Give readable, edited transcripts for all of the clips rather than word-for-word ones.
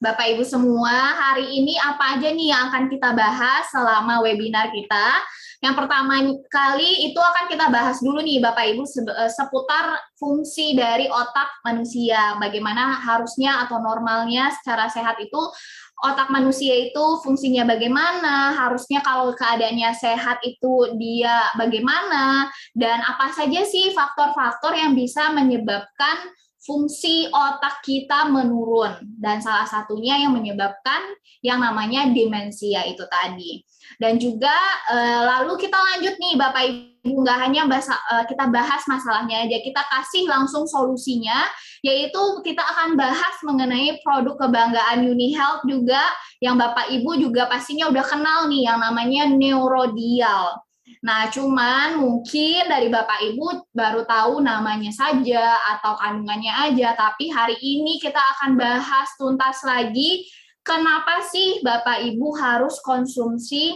Bapak Ibu semua, hari ini apa aja nih yang akan kita bahas selama webinar kita? Yang pertama kali itu akan kita bahas dulu nih Bapak Ibu seputar fungsi dari otak manusia. Bagaimana harusnya atau normalnya secara sehat itu otak manusia itu fungsinya bagaimana, harusnya kalau keadaannya sehat itu dia bagaimana, dan apa saja sih faktor-faktor yang bisa menyebabkan fungsi otak kita menurun, dan salah satunya yang menyebabkan yang namanya demensia itu tadi. Dan juga lalu kita lanjut nih Bapak Ibu, nggak hanya kita bahas masalahnya aja, kita kasih langsung solusinya, yaitu kita akan bahas mengenai produk kebanggaan UniHealth juga, yang Bapak Ibu juga pastinya udah kenal nih, yang namanya Neurodial. Nah, cuman mungkin dari Bapak Ibu baru tahu namanya saja atau kandungannya aja, tapi hari ini kita akan bahas tuntas lagi kenapa sih Bapak Ibu harus konsumsi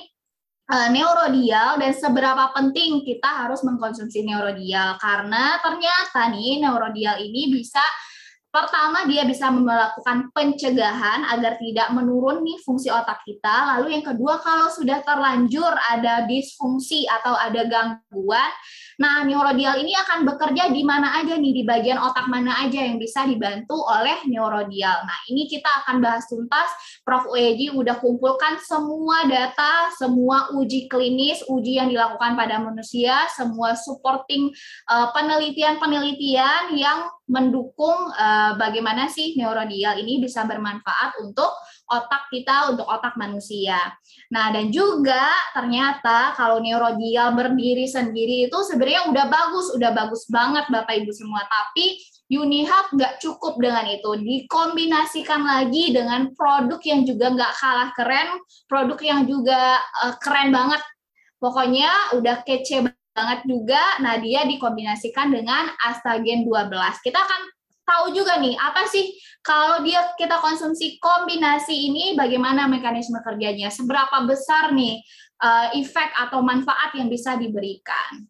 Neurodial dan seberapa penting kita harus mengkonsumsi Neurodial, karena ternyata nih Neurodial ini bisa pertama, dia bisa melakukan pencegahan agar tidak menurun nih fungsi otak kita. Lalu yang kedua, kalau sudah terlanjur ada disfungsi atau ada gangguan, nah Neurodial ini akan bekerja di mana aja nih, di bagian otak mana aja yang bisa dibantu oleh Neurodial. Nah ini kita akan bahas tuntas. Prof. Ueji udah kumpulkan semua data, semua uji klinis, uji yang dilakukan pada manusia, semua supporting penelitian-penelitian yang mendukung bagaimana sih Neurodial ini bisa bermanfaat untuk otak kita, untuk otak manusia. Nah, dan juga ternyata kalau Neurodial berdiri sendiri itu sebenarnya udah bagus banget Bapak Ibu semua, tapi UniHealth nggak cukup dengan itu, dikombinasikan lagi dengan produk yang juga nggak kalah keren, produk yang juga keren banget, pokoknya udah kece banget juga. Nah, dia dikombinasikan dengan Astagen 12. Kita akan tahu juga nih, apa sih kalau kita konsumsi kombinasi ini, bagaimana mekanisme kerjanya, seberapa besar nih efek atau manfaat yang bisa diberikan.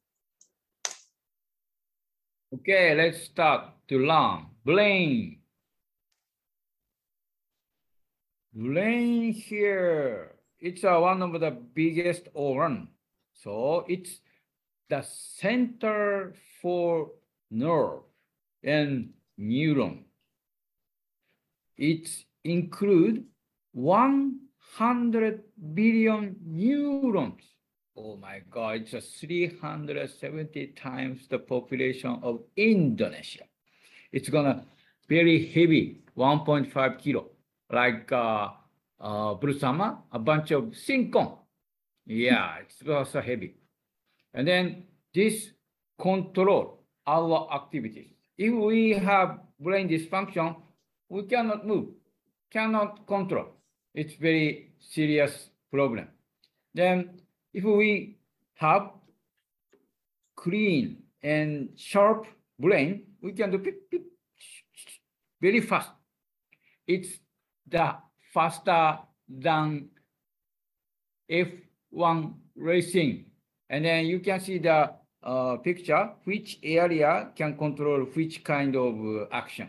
Okay, let's start to learn. Brain. Brain here. It's one of the biggest organ. So it's the center for nerve and neuron. It includes 100 billion neurons. Oh my God, it's 370 times the population of Indonesia. It's gonna very heavy, 1.5 kilo, like Bersama, a bunch of singkong. Yeah, it's also heavy. And then this control our activities. If we have brain dysfunction, we cannot move, cannot control. It's very serious problem. Then if we have clean and sharp brain, we can do very fast. It's the faster than F1 racing. And then you can see the picture, which area can control which kind of action.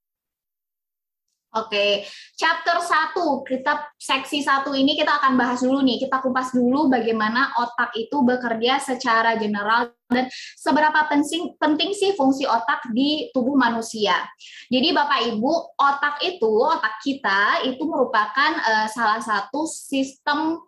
Oke, chapter 1, seksi 1 ini kita akan bahas dulu nih, kita kupas dulu bagaimana otak itu bekerja secara general dan seberapa penting sih fungsi otak di tubuh manusia. Jadi Bapak Ibu, otak kita itu merupakan salah satu sistem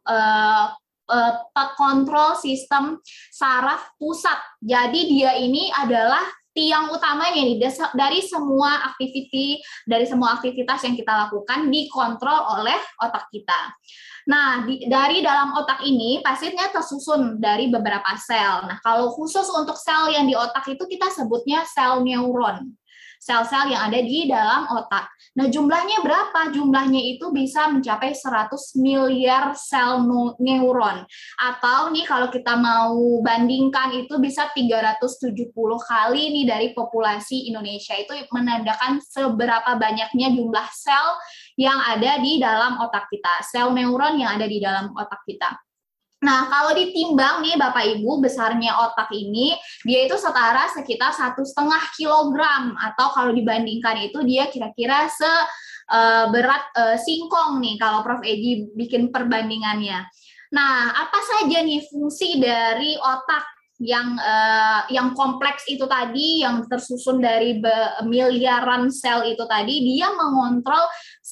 kontrol sistem saraf pusat. Jadi dia ini adalah tiang utamanya nih dari semua aktivitas yang kita lakukan dikontrol oleh otak kita. Nah, dari dalam otak ini pastinya tersusun dari beberapa sel. Nah, kalau khusus untuk sel yang di otak itu kita sebutnya sel neuron. Sel-sel yang ada di dalam otak. Nah, jumlahnya berapa? Jumlahnya itu bisa mencapai 100 miliar sel neuron. Atau nih kalau kita mau bandingkan itu bisa 370 kali nih dari populasi Indonesia. Itu menandakan seberapa banyaknya jumlah sel yang ada di dalam otak kita. Sel neuron yang ada di dalam otak kita. Nah, kalau ditimbang nih Bapak Ibu, besarnya otak ini, dia itu setara sekitar 1,5 kilogram, atau kalau dibandingkan itu dia kira-kira berat singkong nih kalau Prof. Edi bikin perbandingannya. Nah, apa saja nih fungsi dari otak yang kompleks itu tadi, yang tersusun dari miliaran sel itu tadi? Dia mengontrol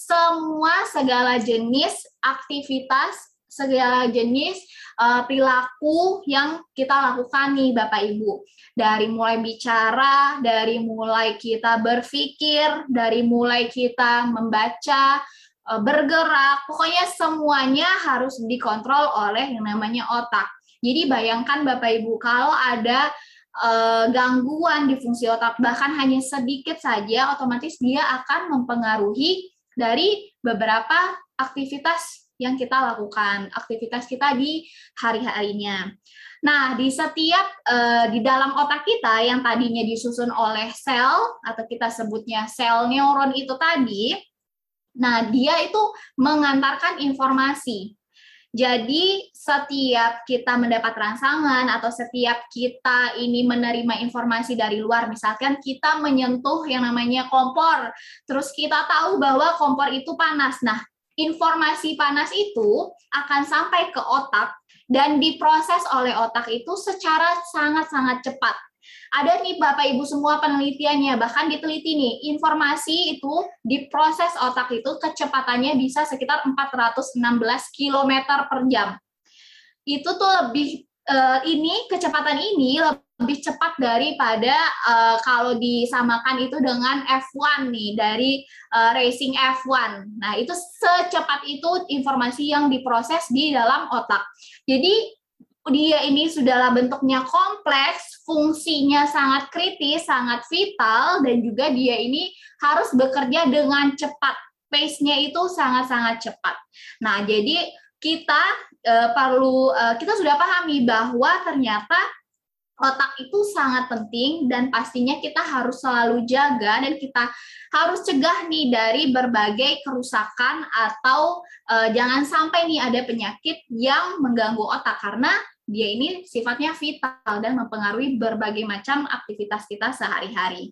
segala jenis aktivitas, segala jenis perilaku yang kita lakukan nih Bapak Ibu. Dari mulai bicara, dari mulai kita berpikir, dari mulai kita membaca, bergerak, pokoknya semuanya harus dikontrol oleh yang namanya otak. Jadi bayangkan Bapak Ibu, kalau ada gangguan di fungsi otak, bahkan hanya sedikit saja, otomatis dia akan mempengaruhi dari beberapa aktivitas yang kita lakukan, aktivitas kita di hari-harinya. Nah, di dalam otak kita yang tadinya disusun oleh sel, atau kita sebutnya sel neuron itu tadi, nah dia itu mengantarkan informasi. Jadi setiap kita mendapat rangsangan atau setiap kita ini menerima informasi dari luar, misalkan kita menyentuh yang namanya kompor, terus kita tahu bahwa kompor itu panas. Nah, informasi panas itu akan sampai ke otak dan diproses oleh otak itu secara sangat-sangat cepat. Ada nih Bapak Ibu semua penelitiannya, bahkan diteliti nih, informasi itu diproses otak itu kecepatannya bisa sekitar 416 km per jam. Itu tuh kecepatan ini lebih cepat daripada kalau disamakan itu dengan F1 nih, dari racing F1. Nah, itu secepat itu informasi yang diproses di dalam otak. Jadi dia ini sudahlah bentuknya kompleks, fungsinya sangat kritis, sangat vital, dan juga dia ini harus bekerja dengan cepat. Pace-nya itu sangat-sangat cepat. Nah, jadi kita kita sudah pahami bahwa ternyata otak itu sangat penting dan pastinya kita harus selalu jaga dan kita harus cegah nih dari berbagai kerusakan atau jangan sampai nih ada penyakit yang mengganggu otak karena dia ini sifatnya vital dan mempengaruhi berbagai macam aktivitas kita sehari-hari.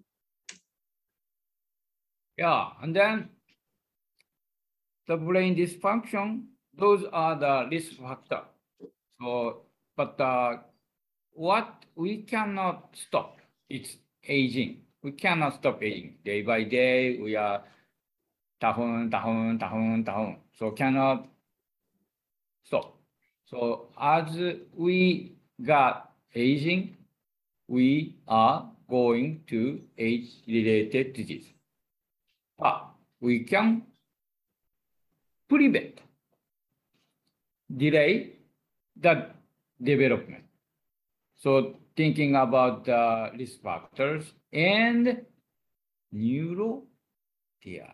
Yeah, and then the brain dysfunction, those are the risk factors. So, but what we cannot stop is aging. We cannot stop aging. Day by day, we are tahun. So cannot stop. So as we got aging, we are going to age-related disease. But we can prevent, delay the development. So thinking about the risk factors and neurotia.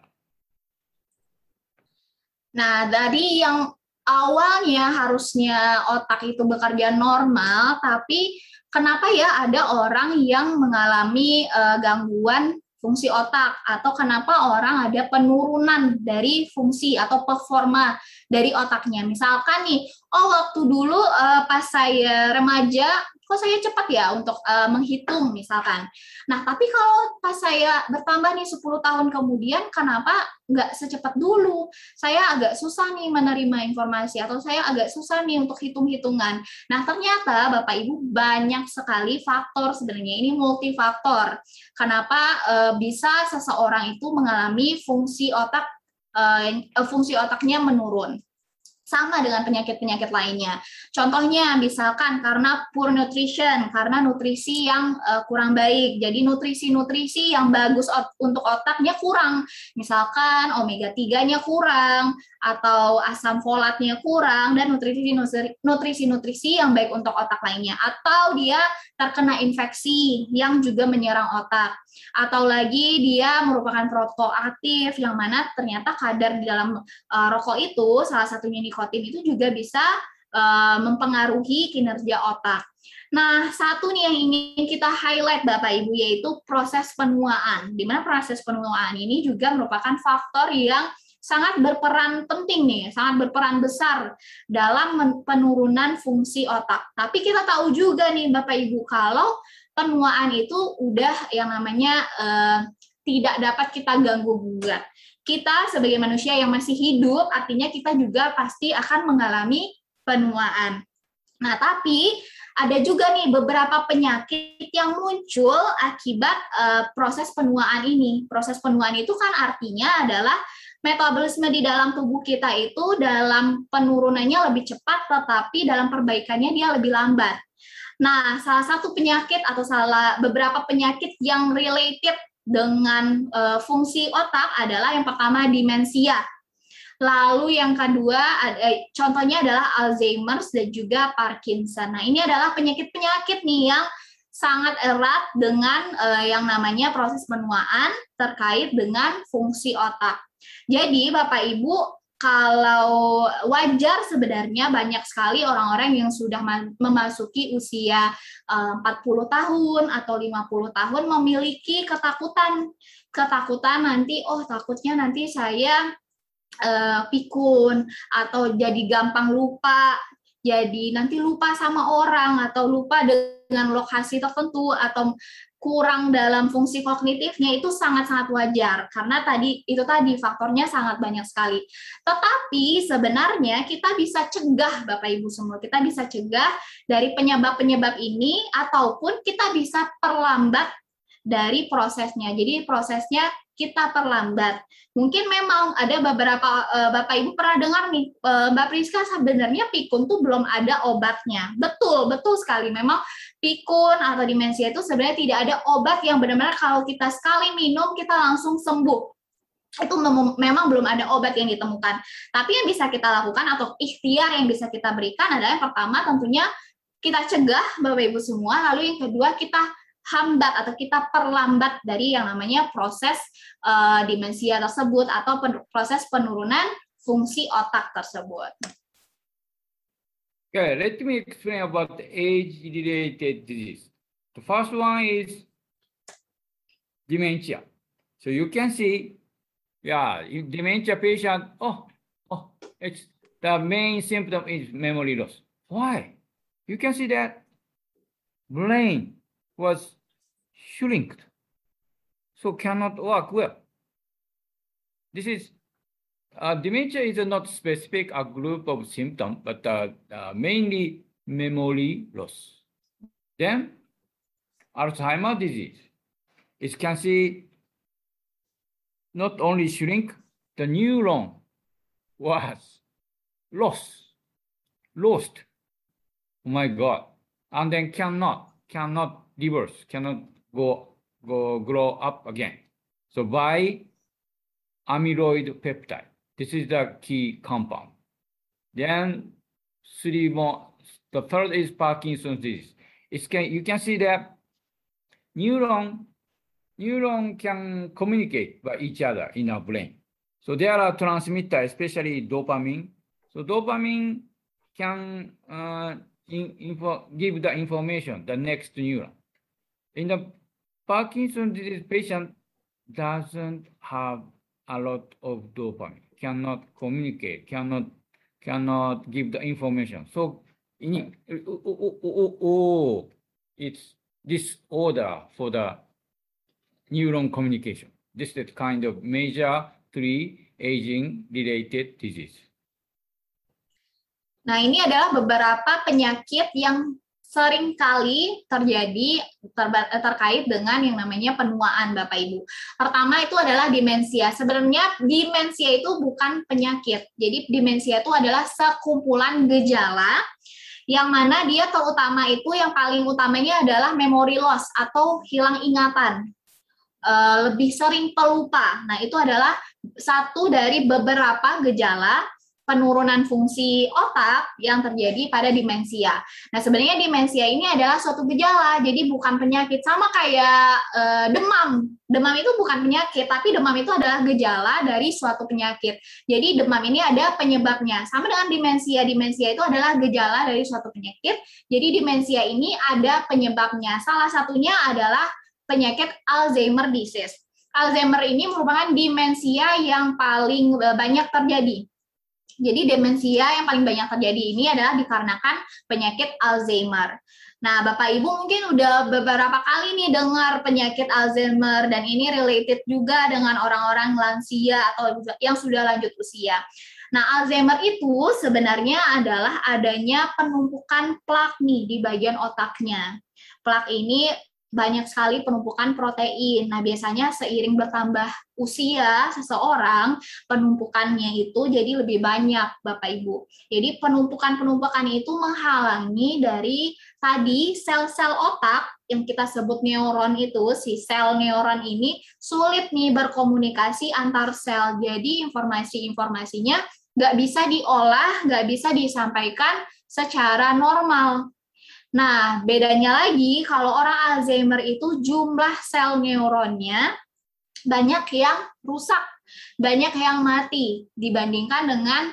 Nah, dari yang awalnya harusnya otak itu bekerja normal, tapi kenapa ya ada orang yang mengalami gangguan fungsi otak, atau kenapa orang ada penurunan dari fungsi atau performa dari otaknya. Misalkan nih, waktu dulu pas saya remaja, kok saya cepat ya untuk menghitung misalkan. Nah, tapi kalau pas saya bertambah nih 10 tahun kemudian, kenapa nggak secepat dulu? Saya agak susah nih menerima informasi, atau saya agak susah nih untuk hitung-hitungan. Nah, ternyata Bapak Ibu banyak sekali faktor sebenarnya, ini multifaktor. Kenapa bisa seseorang itu mengalami fungsi otaknya menurun? Sama dengan penyakit-penyakit lainnya. Contohnya misalkan karena poor nutrition, karena nutrisi yang kurang baik. Jadi nutrisi-nutrisi yang bagus untuk otaknya kurang. Misalkan omega 3-nya kurang, atau asam folatnya kurang, dan nutrisi-nutrisi yang baik untuk otak lainnya. Atau dia terkena infeksi yang juga menyerang otak. Atau lagi dia merupakan perokok aktif, yang mana ternyata kadar di dalam rokok itu, salah satunya nikotin, itu juga bisa mempengaruhi kinerja otak. Nah, satu nih yang ingin kita highlight Bapak Ibu, yaitu proses penuaan. Di mana proses penuaan ini juga merupakan faktor yang sangat berperan penting nih, sangat berperan besar dalam penurunan fungsi otak. Tapi kita tahu juga nih Bapak Ibu, kalau penuaan itu udah yang namanya tidak dapat kita ganggu gugat. kita sebagai manusia yang masih hidup, artinya kita juga pasti akan mengalami penuaan. Nah, tapi ada juga nih beberapa penyakit yang muncul akibat proses penuaan ini. Proses penuaan itu kan artinya adalah metabolisme di dalam tubuh kita itu dalam penurunannya lebih cepat, tetapi dalam perbaikannya dia lebih lambat. Nah, salah satu penyakit atau beberapa penyakit yang related dengan fungsi otak adalah yang pertama demensia. Lalu yang kedua, contohnya adalah Alzheimer dan juga Parkinson. Nah, ini adalah penyakit-penyakit nih yang sangat erat dengan yang namanya proses penuaan terkait dengan fungsi otak. Jadi, Bapak Ibu, kalau wajar sebenarnya banyak sekali orang-orang yang sudah memasuki usia 40 tahun atau 50 tahun memiliki ketakutan. Ketakutan nanti, takutnya nanti saya pikun atau jadi gampang lupa, jadi nanti lupa sama orang atau lupa dengan lokasi tertentu atau kurang dalam fungsi kognitifnya, itu sangat-sangat wajar karena itu tadi faktornya sangat banyak sekali. Tetapi sebenarnya kita bisa cegah, Bapak Ibu semua, kita bisa cegah dari penyebab-penyebab ini ataupun kita bisa perlambat dari prosesnya. Jadi prosesnya kita perlambat. Mungkin memang ada beberapa Bapak Ibu pernah dengar nih, Mbak Priska, sebenarnya pikun tuh belum ada obatnya. Betul sekali. Memang pikun atau demensia itu sebenarnya tidak ada obat yang benar-benar kalau kita sekali minum kita langsung sembuh. Itu memang belum ada obat yang ditemukan. Tapi yang bisa kita lakukan atau ikhtiar yang bisa kita berikan adalah yang pertama tentunya kita cegah, Bapak Ibu semua. Lalu yang kedua kita hambat atau kita perlambat dari yang namanya proses demensia tersebut atau proses penurunan fungsi otak tersebut. Okay, let me explain about the age-related disease. The first one is dementia. So you can see, in dementia patient, it's the main symptom is memory loss. Why? You can see that brain was shrinked, so cannot work well. This is dementia is not specific a group of symptoms, but mainly memory loss. Then Alzheimer's disease, it can see not only shrink, the neuron was lost. Oh my God! And then cannot reverse, cannot grow up again. So by amyloid peptide, this is the key compound. Then the third is Parkinson's disease. You can see that neuron can communicate by each other in our brain. So there are transmitters, especially dopamine. So dopamine can give the information, the next neuron. In the Parkinson's disease patient doesn't have a lot of dopamine, cannot communicate, cannot give the information. So it's disorder for the neuron communication. This is the kind of major 3 aging-related disease. Nah, ini adalah beberapa penyakit yang sering kali terjadi terkait dengan yang namanya penuaan, Bapak Ibu. Pertama itu adalah demensia. Sebenarnya demensia itu bukan penyakit. Jadi demensia itu adalah sekumpulan gejala yang mana dia terutama itu yang paling utamanya adalah memory loss atau hilang ingatan. Lebih sering pelupa. Nah, itu adalah satu dari beberapa gejala penurunan fungsi otak yang terjadi pada demensia. Nah, sebenarnya demensia ini adalah suatu gejala, jadi bukan penyakit. Sama kayak demam. Demam itu bukan penyakit, tapi demam itu adalah gejala dari suatu penyakit. Jadi demam ini ada penyebabnya. Sama dengan demensia. Demensia itu adalah gejala dari suatu penyakit. Jadi demensia ini ada penyebabnya. Salah satunya adalah penyakit Alzheimer disease. Alzheimer ini merupakan demensia yang paling banyak terjadi. Jadi demensia yang paling banyak terjadi ini adalah dikarenakan penyakit Alzheimer. Nah, Bapak Ibu mungkin udah beberapa kali nih dengar penyakit Alzheimer dan ini related juga dengan orang-orang lansia atau yang sudah lanjut usia. Nah, Alzheimer itu sebenarnya adalah adanya penumpukan plak nih di bagian otaknya. Plak ini banyak sekali penumpukan protein. Nah, biasanya seiring bertambah usia seseorang, penumpukannya itu jadi lebih banyak, Bapak Ibu. Jadi penumpukan-penumpukan itu menghalangi dari tadi sel-sel otak yang kita sebut neuron itu, si sel neuron ini sulit nih berkomunikasi antar sel. Jadi informasi-informasinya nggak bisa diolah, nggak bisa disampaikan secara normal. Nah, bedanya lagi kalau orang Alzheimer itu jumlah sel neuronnya banyak yang rusak, banyak yang mati dibandingkan dengan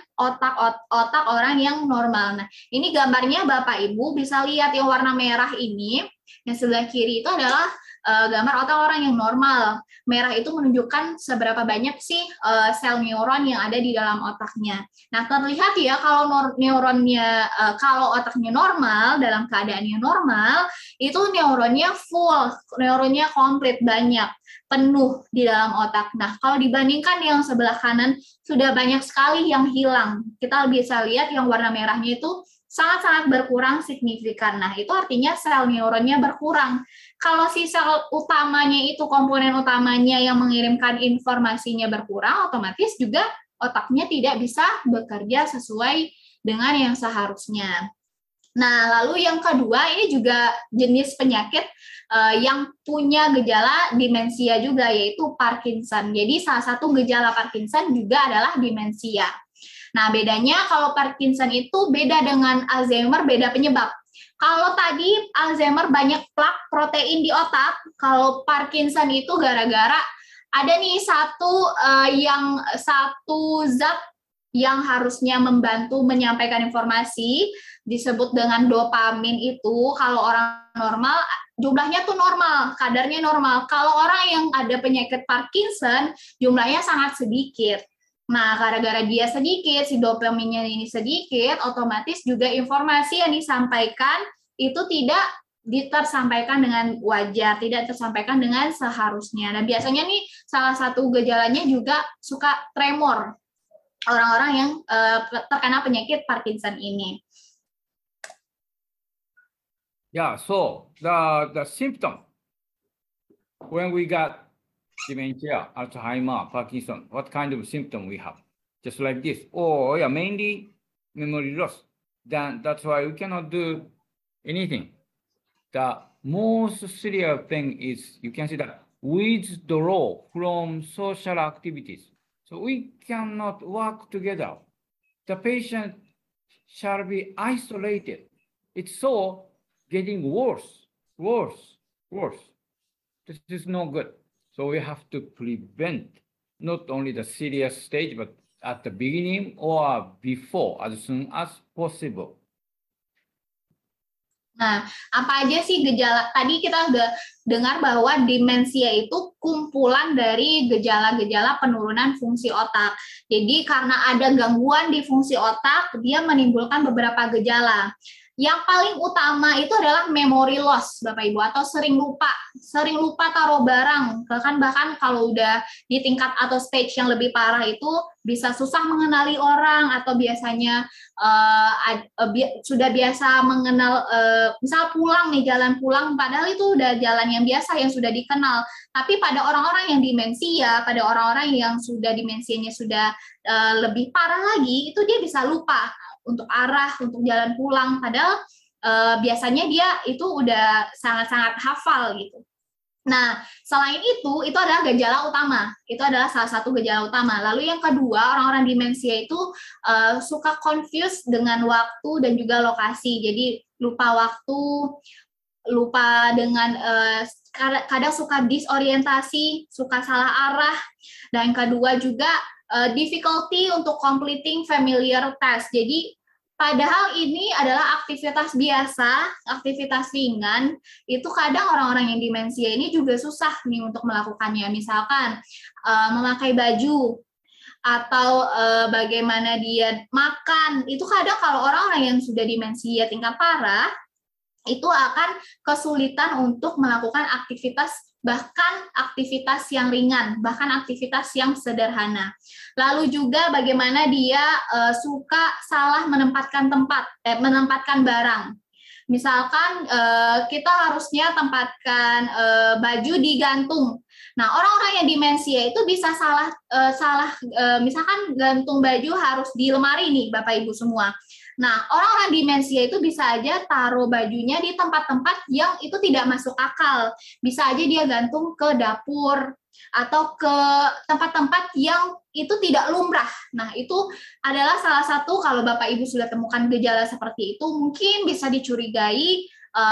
otak orang yang normal. Nah, ini gambarnya Bapak Ibu bisa lihat yang warna merah ini, yang sebelah kiri itu adalah gambar otak orang yang normal. Merah itu menunjukkan seberapa banyak sih sel neuron yang ada di dalam otaknya. Nah, terlihat ya kalau neuronnya, kalau otaknya normal, dalam keadaannya normal, itu neuronnya full, neuronnya komplit, banyak, penuh di dalam otak. Nah, kalau dibandingkan yang sebelah kanan, sudah banyak sekali yang hilang. Kita bisa lihat yang warna merahnya itu sangat-sangat berkurang signifikan. Nah, itu artinya sel neuronnya berkurang. Kalau si sel utamanya itu, komponen utamanya yang mengirimkan informasinya berkurang, otomatis juga otaknya tidak bisa bekerja sesuai dengan yang seharusnya. Nah, lalu yang kedua, ini juga jenis penyakit yang punya gejala demensia juga, yaitu Parkinson. Jadi salah satu gejala Parkinson juga adalah demensia. Nah, bedanya kalau Parkinson itu beda dengan Alzheimer, beda penyebab. Kalau tadi Alzheimer banyak plak protein di otak, kalau Parkinson itu gara-gara ada nih satu zat yang harusnya membantu menyampaikan informasi, disebut dengan dopamin itu. Kalau orang normal jumlahnya tuh normal, kadarnya normal. Kalau orang yang ada penyakit Parkinson jumlahnya sangat sedikit. Nah, gara-gara dia sedikit, si dopaminnya ini sedikit, otomatis juga informasi yang disampaikan itu tidak tersampaikan dengan wajar, tidak tersampaikan dengan seharusnya. Nah, biasanya nih salah satu gejalanya juga suka tremor, orang-orang yang terkena penyakit Parkinson ini. Yeah, so the symptom when we got dementia, Alzheimer, Parkinson, what kind of symptom we have? Just like this. Oh, yeah, mainly memory loss. Then that's why we cannot do anything. The most serious thing is you can see that withdrawal from social activities. So we cannot work together. The patient shall be isolated. It's so getting worse. This is no good. So we have to prevent not only the serious stage, but at the beginning or before, as soon as possible. Nah, apa aja sih gejala? Tadi kita udah dengar bahwa demensia itu kumpulan dari gejala-gejala penurunan fungsi otak. Jadi karena ada gangguan di fungsi otak, dia menimbulkan beberapa gejala. Yang paling utama itu adalah memory loss, Bapak Ibu, atau sering lupa taruh barang. Bahkan kalau udah di tingkat atau stage yang lebih parah itu bisa susah mengenali orang, atau biasanya sudah biasa mengenal, misal pulang nih, jalan pulang, padahal itu udah jalan yang biasa yang sudah dikenal. Tapi pada orang-orang yang demensia, pada orang-orang yang sudah demensianya sudah lebih parah lagi, itu dia bisa lupa untuk arah, untuk jalan pulang, padahal biasanya dia itu udah sangat-sangat hafal gitu. Nah, selain itu adalah gejala utama. Itu adalah salah satu gejala utama. Lalu yang kedua, orang-orang demensia itu suka confused dengan waktu dan juga lokasi. Jadi lupa waktu, lupa dengan kadang suka disorientasi, suka salah arah. Dan yang kedua juga difficulty untuk completing familiar task. Jadi padahal ini adalah aktivitas biasa, aktivitas ringan, itu kadang orang-orang yang demensia ini juga susah nih untuk melakukannya. Misalkan memakai baju, atau bagaimana dia makan. Itu kadang kalau orang-orang yang sudah demensia tingkat parah, itu akan kesulitan untuk melakukan aktivitas, bahkan aktivitas yang ringan, bahkan aktivitas yang sederhana. Lalu juga bagaimana dia suka salah menempatkan barang. Misalkan kita harusnya tempatkan baju digantung. Nah, orang-orang yang demensia itu bisa misalkan gantung baju harus di lemari nih, Bapak Ibu semua. Nah, orang-orang demensia itu bisa aja taruh bajunya di tempat-tempat yang itu tidak masuk akal. Bisa aja dia gantung ke dapur atau ke tempat-tempat yang itu tidak lumrah. Nah, itu adalah salah satu kalau Bapak Ibu sudah temukan gejala seperti itu, mungkin bisa dicurigai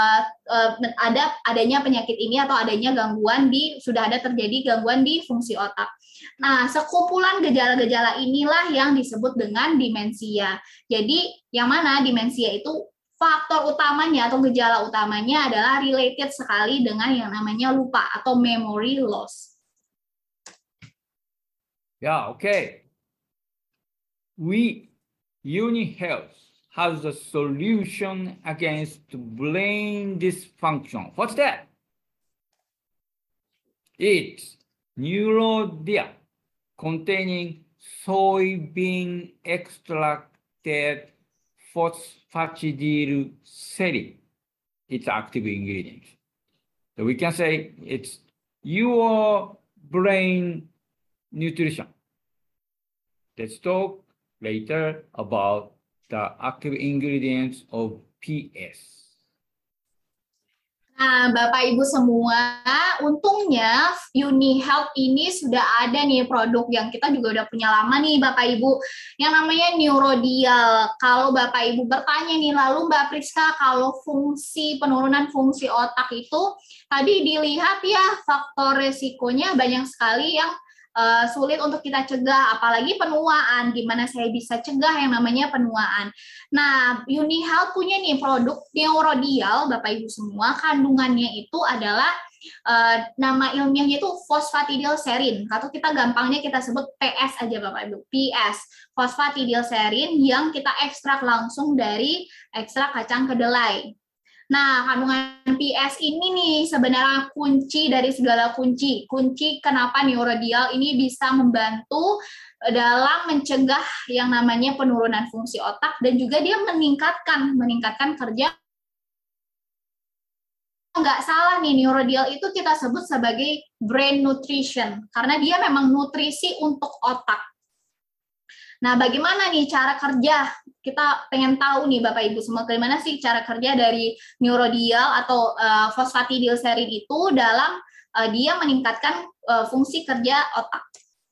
adanya penyakit ini atau adanya sudah ada terjadi gangguan di fungsi otak. Nah, sekumpulan gejala-gejala inilah yang disebut dengan demensia. Jadi, yang mana demensia itu faktor utamanya atau gejala utamanya adalah related sekali dengan yang namanya lupa atau memory loss. Yeah, okay. UniHealth has a solution against brain dysfunction. What's that? It's Neurodia containing soybean extracted phosphatidylserine. It's active ingredient. So we can say it's your brain nutrition. Let's talk later about the active ingredients of PS. Nah, Bapak Ibu semua, untungnya UniHealth ini sudah ada nih produk yang kita juga udah punya lama nih Bapak Ibu, yang namanya Neurodial. Kalau Bapak Ibu bertanya nih, lalu Mbak Priska, kalau penurunan fungsi otak itu tadi dilihat ya faktor resikonya banyak sekali yang sulit untuk kita cegah, apalagi penuaan. Gimana saya bisa cegah yang namanya penuaan? Nah, UniHealth punya nih produk Neurodial, Bapak Ibu semua, kandungannya itu adalah nama ilmiahnya itu phosphatidylserine, atau kita gampangnya kita sebut PS aja Bapak Ibu, PS, phosphatidylserine yang kita ekstrak langsung dari ekstrak kacang kedelai. Nah, kandungan PS ini nih sebenarnya kunci dari segala kunci. Kunci kenapa Neurodial ini bisa membantu dalam mencegah yang namanya penurunan fungsi otak, dan juga dia meningkatkan kerja. Nggak salah nih, Neurodial itu kita sebut sebagai brain nutrition karena dia memang nutrisi untuk otak. Nah, bagaimana nih cara kerja? Kita pengen tahu nih Bapak Ibu semua, bagaimana sih cara kerja dari Neurodial atau phosphatidylserine itu dalam dia meningkatkan fungsi kerja otak.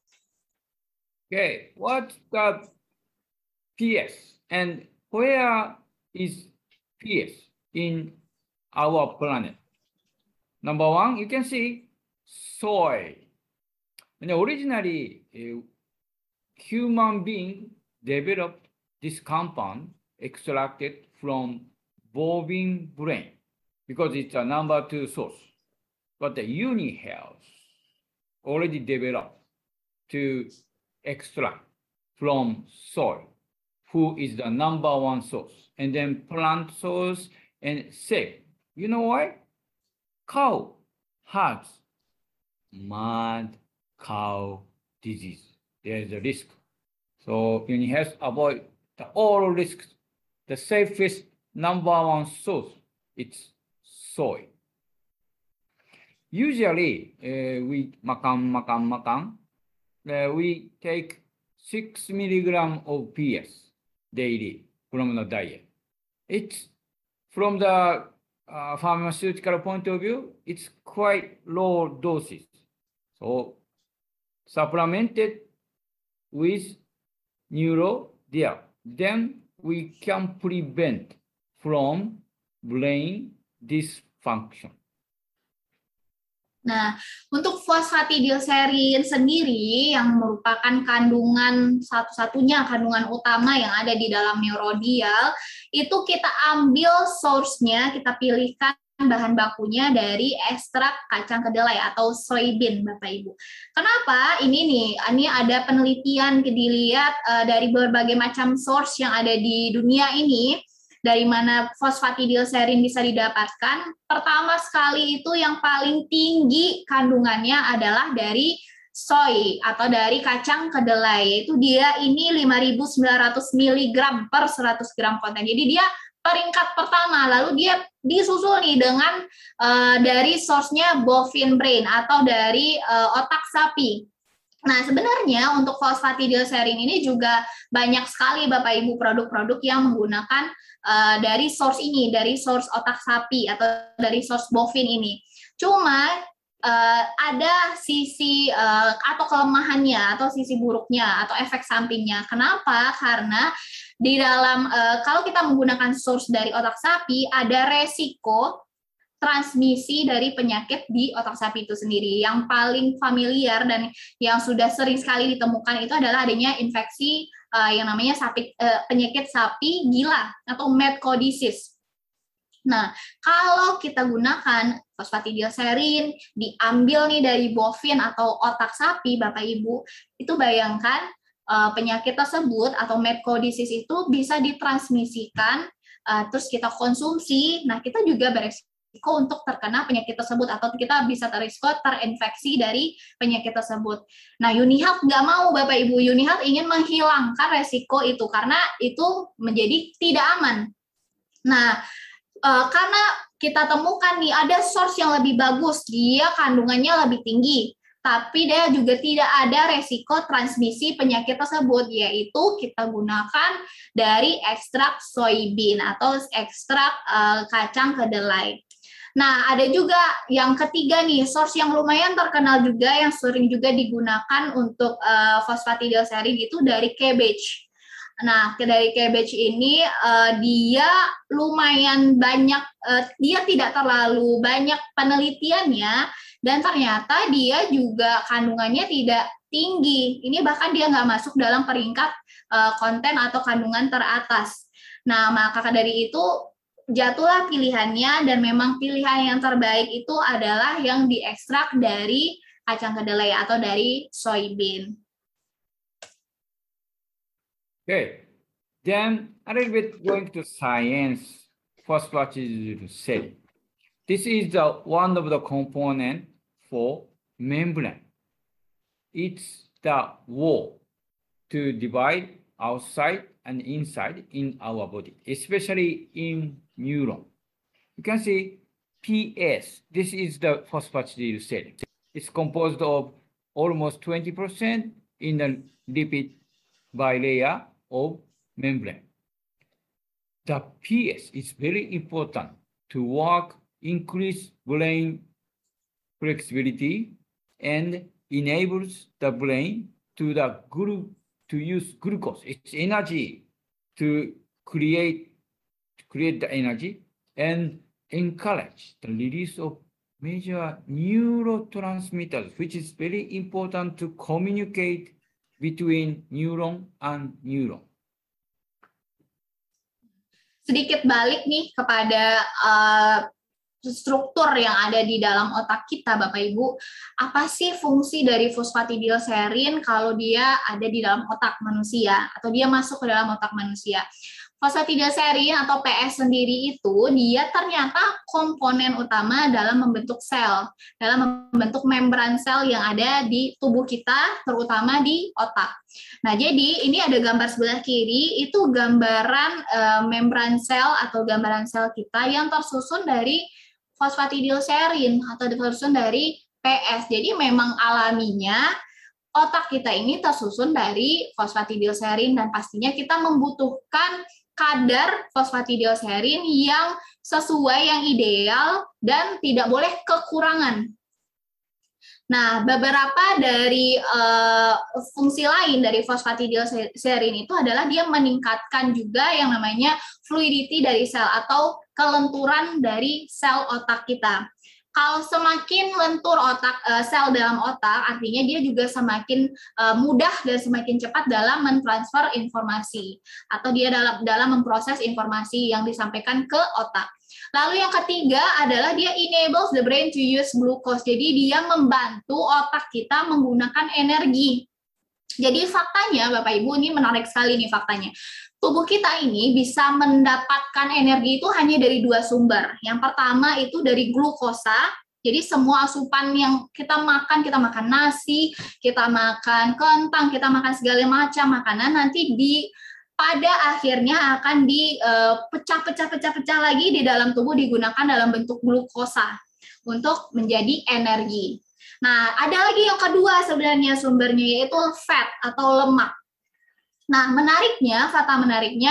Okay, what's the PS and where is PS in our planet? Number one, you can see soy. And originally, human being developed this compound extracted from bovine brain because it's a number 2 source. But the UniHealth already developed to extract from soy, who is the number 1 source, and then plant source and say, you know why? Cow has mad cow disease. There's a risk. So UniHealth avoid all risks. The safest number 1 source, it's soy. Usually, we makan, we take 6 milligrams of PS daily from the diet. It's from the pharmaceutical point of view, it's quite low doses. So supplemented with Neurodial, then we can prevent from brain dysfunction. Nah, untuk phosphatidylserine sendiri yang merupakan kandungan satu-satunya kandungan utama yang ada di dalam Neurodial, itu kita ambil source-nya, kita pilihkan bahan bakunya dari ekstrak kacang kedelai atau soybean, Bapak Ibu. Kenapa? Ini ada penelitian dilihat dari berbagai macam source yang ada di dunia ini, dari mana fosfatidilserin bisa didapatkan. Pertama sekali itu yang paling tinggi kandungannya adalah dari soy atau dari kacang kedelai, yaitu dia ini 5.900 mg per 100 gram konten. Jadi dia peringkat pertama, lalu dia disusul nih dengan dari source-nya bovine brain atau dari otak sapi. Nah, sebenarnya untuk fosfatidilserin ini juga banyak sekali Bapak Ibu produk-produk yang menggunakan dari source ini, dari source otak sapi atau dari source bovine ini. Cuma ada sisi atau kelemahannya atau sisi buruknya atau efek sampingnya. Kenapa? Karena di dalam kalau kita menggunakan source dari otak sapi, ada resiko transmisi dari penyakit di otak sapi itu sendiri. Yang paling familiar dan yang sudah sering sekali ditemukan itu adalah adanya infeksi yang namanya penyakit sapi gila atau mad cow disease. Nah, kalau kita gunakan fosfatidilserin diambil nih dari bovin atau otak sapi, Bapak Ibu, itu bayangkan penyakit tersebut atau mad cow disease itu bisa ditransmisikan, terus kita konsumsi. Nah, kita juga beresiko untuk terkena penyakit tersebut atau kita bisa beresiko terinfeksi dari penyakit tersebut. Nah, UniHealth nggak mau, Bapak Ibu. UniHealth ingin menghilangkan resiko itu karena itu menjadi tidak aman. Nah, karena kita temukan nih ada source yang lebih bagus, dia kandungannya lebih tinggi, tapi dia juga tidak ada resiko transmisi penyakit tersebut, yaitu kita gunakan dari ekstrak soybean atau ekstrak kacang kedelai. Nah, ada juga yang ketiga nih, source yang lumayan terkenal juga yang sering juga digunakan untuk fosfatidilserin itu dari cabbage. Nah, dari cabbage ini dia lumayan banyak, dia tidak terlalu banyak penelitiannya, dan ternyata dia juga kandungannya tidak tinggi. Ini bahkan dia nggak masuk dalam peringkat konten atau kandungan teratas. Nah, maka dari itu jatuhlah pilihannya, dan memang pilihan yang terbaik itu adalah yang diekstrak dari kacang kedelai atau dari soybean. Okay, then a little bit going to science, phosphatidylserine. This is one of the component for membrane. It's the wall to divide outside and inside in our body, especially in neuron. You can see PS, this is the phosphatidylserine. It's composed of almost 20% in the lipid bilayer of membrane. The PS is very important to work, increase brain flexibility, and enables the brain to use glucose, its energy, to create the energy and encourage the release of major neurotransmitters, which is very important to communicate between neuron and neuron. Sedikit balik nih kepada struktur yang ada di dalam otak kita, Bapak Ibu. Apa sih fungsi dari fosfatidilserin kalau dia ada di dalam otak manusia atau dia masuk ke dalam otak manusia? Fosfatidilserin atau PS sendiri itu dia ternyata komponen utama dalam membentuk sel, dalam membentuk membran sel yang ada di tubuh kita, terutama di otak. Nah, jadi ini ada gambar sebelah kiri, itu gambaran membran sel atau gambaran sel kita yang tersusun dari fosfatidilserin atau tersusun dari PS. Jadi memang alaminya otak kita ini tersusun dari fosfatidilserin, dan pastinya kita membutuhkan kadar fosfatidilserin yang sesuai, yang ideal, dan tidak boleh kekurangan. Nah, beberapa dari fungsi lain dari fosfatidilserin itu adalah dia meningkatkan juga yang namanya fluidity dari sel atau kelenturan dari sel otak kita. Kalau semakin lentur sel dalam otak, artinya dia juga semakin mudah dan semakin cepat dalam mentransfer informasi atau dia dalam memproses informasi yang disampaikan ke otak. Lalu yang ketiga adalah dia enables the brain to use glucose. Jadi dia membantu otak kita menggunakan energi. Jadi faktanya, Bapak Ibu, ini menarik sekali nih faktanya. Tubuh kita ini bisa mendapatkan energi itu hanya dari dua sumber. Yang pertama itu dari glukosa. Jadi semua asupan yang kita makan nasi, kita makan kentang, kita makan segala macam makanan, nanti pada akhirnya akan dipecah-pecah lagi di dalam tubuh, digunakan dalam bentuk glukosa untuk menjadi energi. Nah, ada lagi yang kedua sebenarnya sumbernya, yaitu fat atau lemak. Nah, fakta menariknya,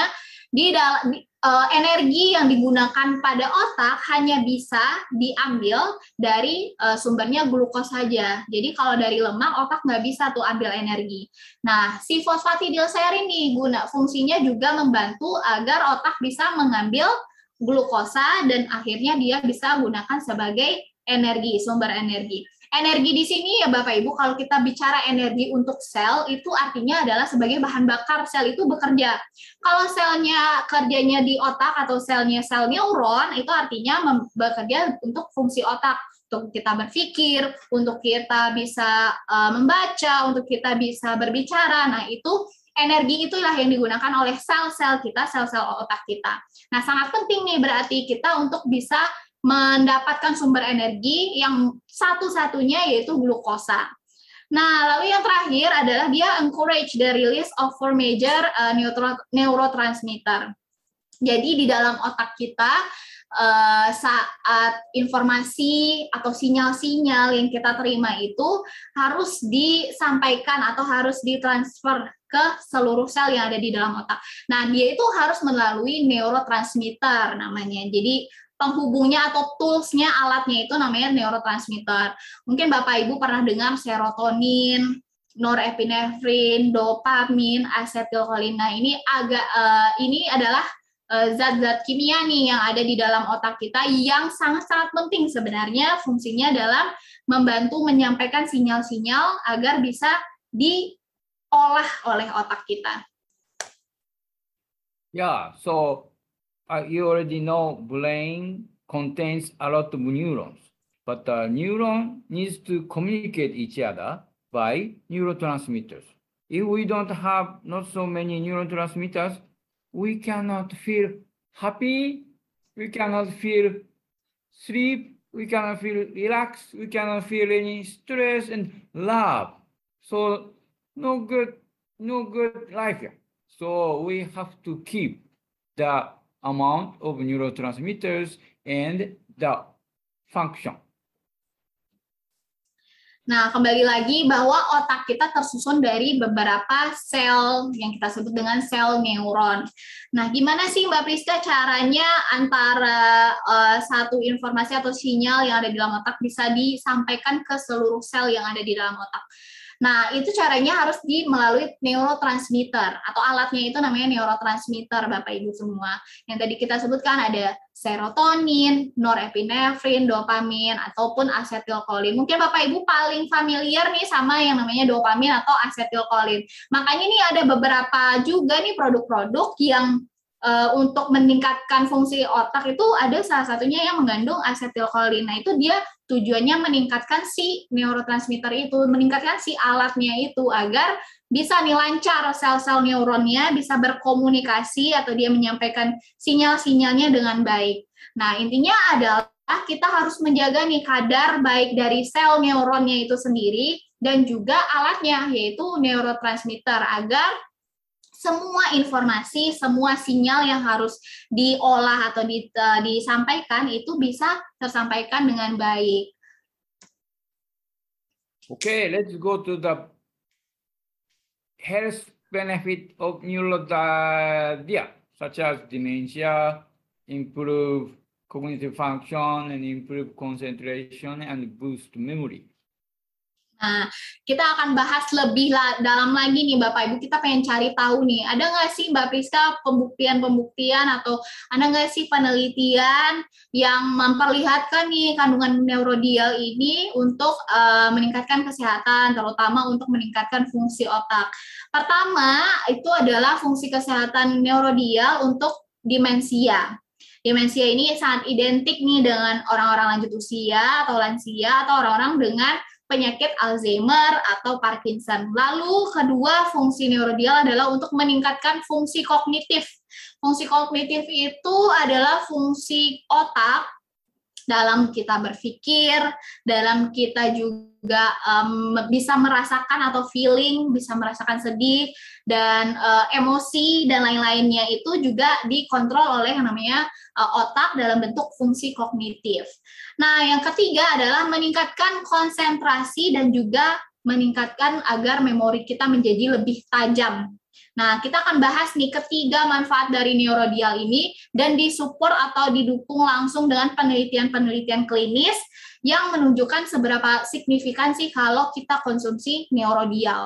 energi yang digunakan pada otak hanya bisa diambil dari sumbernya glukos saja. Jadi kalau dari lemak, otak nggak bisa tuh ambil energi. Nah, si fosfatidilserin nih fungsinya juga membantu agar otak bisa mengambil glukosa dan akhirnya dia bisa gunakan sebagai sumber energi. Energi di sini ya Bapak Ibu, kalau kita bicara energi untuk sel, itu artinya adalah sebagai bahan bakar sel itu bekerja. Kalau selnya kerjanya di otak atau sel neuron, itu artinya bekerja untuk fungsi otak, untuk kita berpikir, untuk kita bisa membaca, untuk kita bisa berbicara. Nah, itu energi itulah yang digunakan oleh sel-sel kita, sel-sel otak kita. Nah, sangat penting nih berarti kita untuk bisa mendapatkan sumber energi yang satu-satunya yaitu glukosa. Nah, lalu yang terakhir adalah dia encourage the release of four major neurotransmitter. Jadi di dalam otak kita saat informasi atau sinyal-sinyal yang kita terima itu harus disampaikan atau harus ditransfer ke seluruh sel yang ada di dalam otak. Nah, dia itu harus melalui neurotransmitter namanya. Jadi penghubungnya atau toolsnya, alatnya itu namanya neurotransmitter. Mungkin Bapak Ibu pernah dengar serotonin, norepinefrin, dopamin, asetilkolin. Nah, ini adalah zat-zat kimia nih yang ada di dalam otak kita yang sangat-sangat penting sebenarnya, fungsinya dalam membantu menyampaikan sinyal-sinyal agar bisa diolah oleh otak kita. Yeah, so you already know brain contains a lot of neurons, but the neuron needs to communicate each other by neurotransmitters. If we don't have not so many neurotransmitters, we cannot feel happy, we cannot feel sleep, we cannot feel relaxed, we cannot feel any stress and love. So no good life. So we have to keep the amount of neurotransmitters and the function. Nah, kembali lagi bahwa otak kita tersusun dari beberapa sel yang kita sebut dengan sel neuron. Nah, gimana sih Mbak Priska caranya antara satu informasi atau sinyal yang ada di dalam otak bisa disampaikan ke seluruh sel yang ada di dalam otak? Nah, itu caranya harus melalui neurotransmitter atau alatnya itu namanya neurotransmitter, Bapak Ibu semua. Yang tadi kita sebutkan ada serotonin, norepinefrin, dopamin, ataupun asetilkolin. Mungkin Bapak Ibu paling familiar nih sama yang namanya dopamin atau asetilkolin. Makanya nih ada beberapa juga nih produk-produk yang untuk meningkatkan fungsi otak itu ada salah satunya yang mengandung asetilkolin. Nah, itu dia tujuannya meningkatkan si neurotransmitter itu, meningkatkan si alatnya itu agar bisa nih lancar sel-sel neuronnya, bisa berkomunikasi atau dia menyampaikan sinyal-sinyalnya dengan baik. Nah, intinya adalah kita harus menjaga nih kadar baik dari sel neuronnya itu sendiri dan juga alatnya yaitu neurotransmitter agar semua informasi, semua sinyal yang harus diolah atau disampaikan itu bisa tersampaikan dengan baik. Okay, let's go to the health benefit of neurodia, such as dementia, improve cognitive function, and improve concentration, and boost memory. Nah, kita akan bahas lebih dalam lagi nih Bapak Ibu, kita pengen cari tahu nih, ada nggak sih Mbak Priska pembuktian-pembuktian atau ada nggak sih penelitian yang memperlihatkan nih kandungan neurodial ini untuk meningkatkan kesehatan, terutama untuk meningkatkan fungsi otak. Pertama, itu adalah fungsi kesehatan neurodial untuk demensia. Demensia ini sangat identik nih dengan orang-orang lanjut usia atau lansia atau orang-orang dengan penyakit Alzheimer atau Parkinson. Lalu kedua fungsi neurodial adalah untuk meningkatkan fungsi kognitif. Fungsi kognitif itu adalah fungsi otak dalam kita berpikir, dalam kita juga bisa merasakan atau feeling, bisa merasakan sedih, dan emosi, dan lain-lainnya itu juga dikontrol oleh yang namanya otak dalam bentuk fungsi kognitif. Nah, yang ketiga adalah meningkatkan konsentrasi dan juga meningkatkan agar memori kita menjadi lebih tajam. Nah, kita akan bahas nih ketiga manfaat dari neurodial ini dan disupport atau didukung langsung dengan penelitian-penelitian klinis yang menunjukkan seberapa signifikansi kalau kita konsumsi neurodial.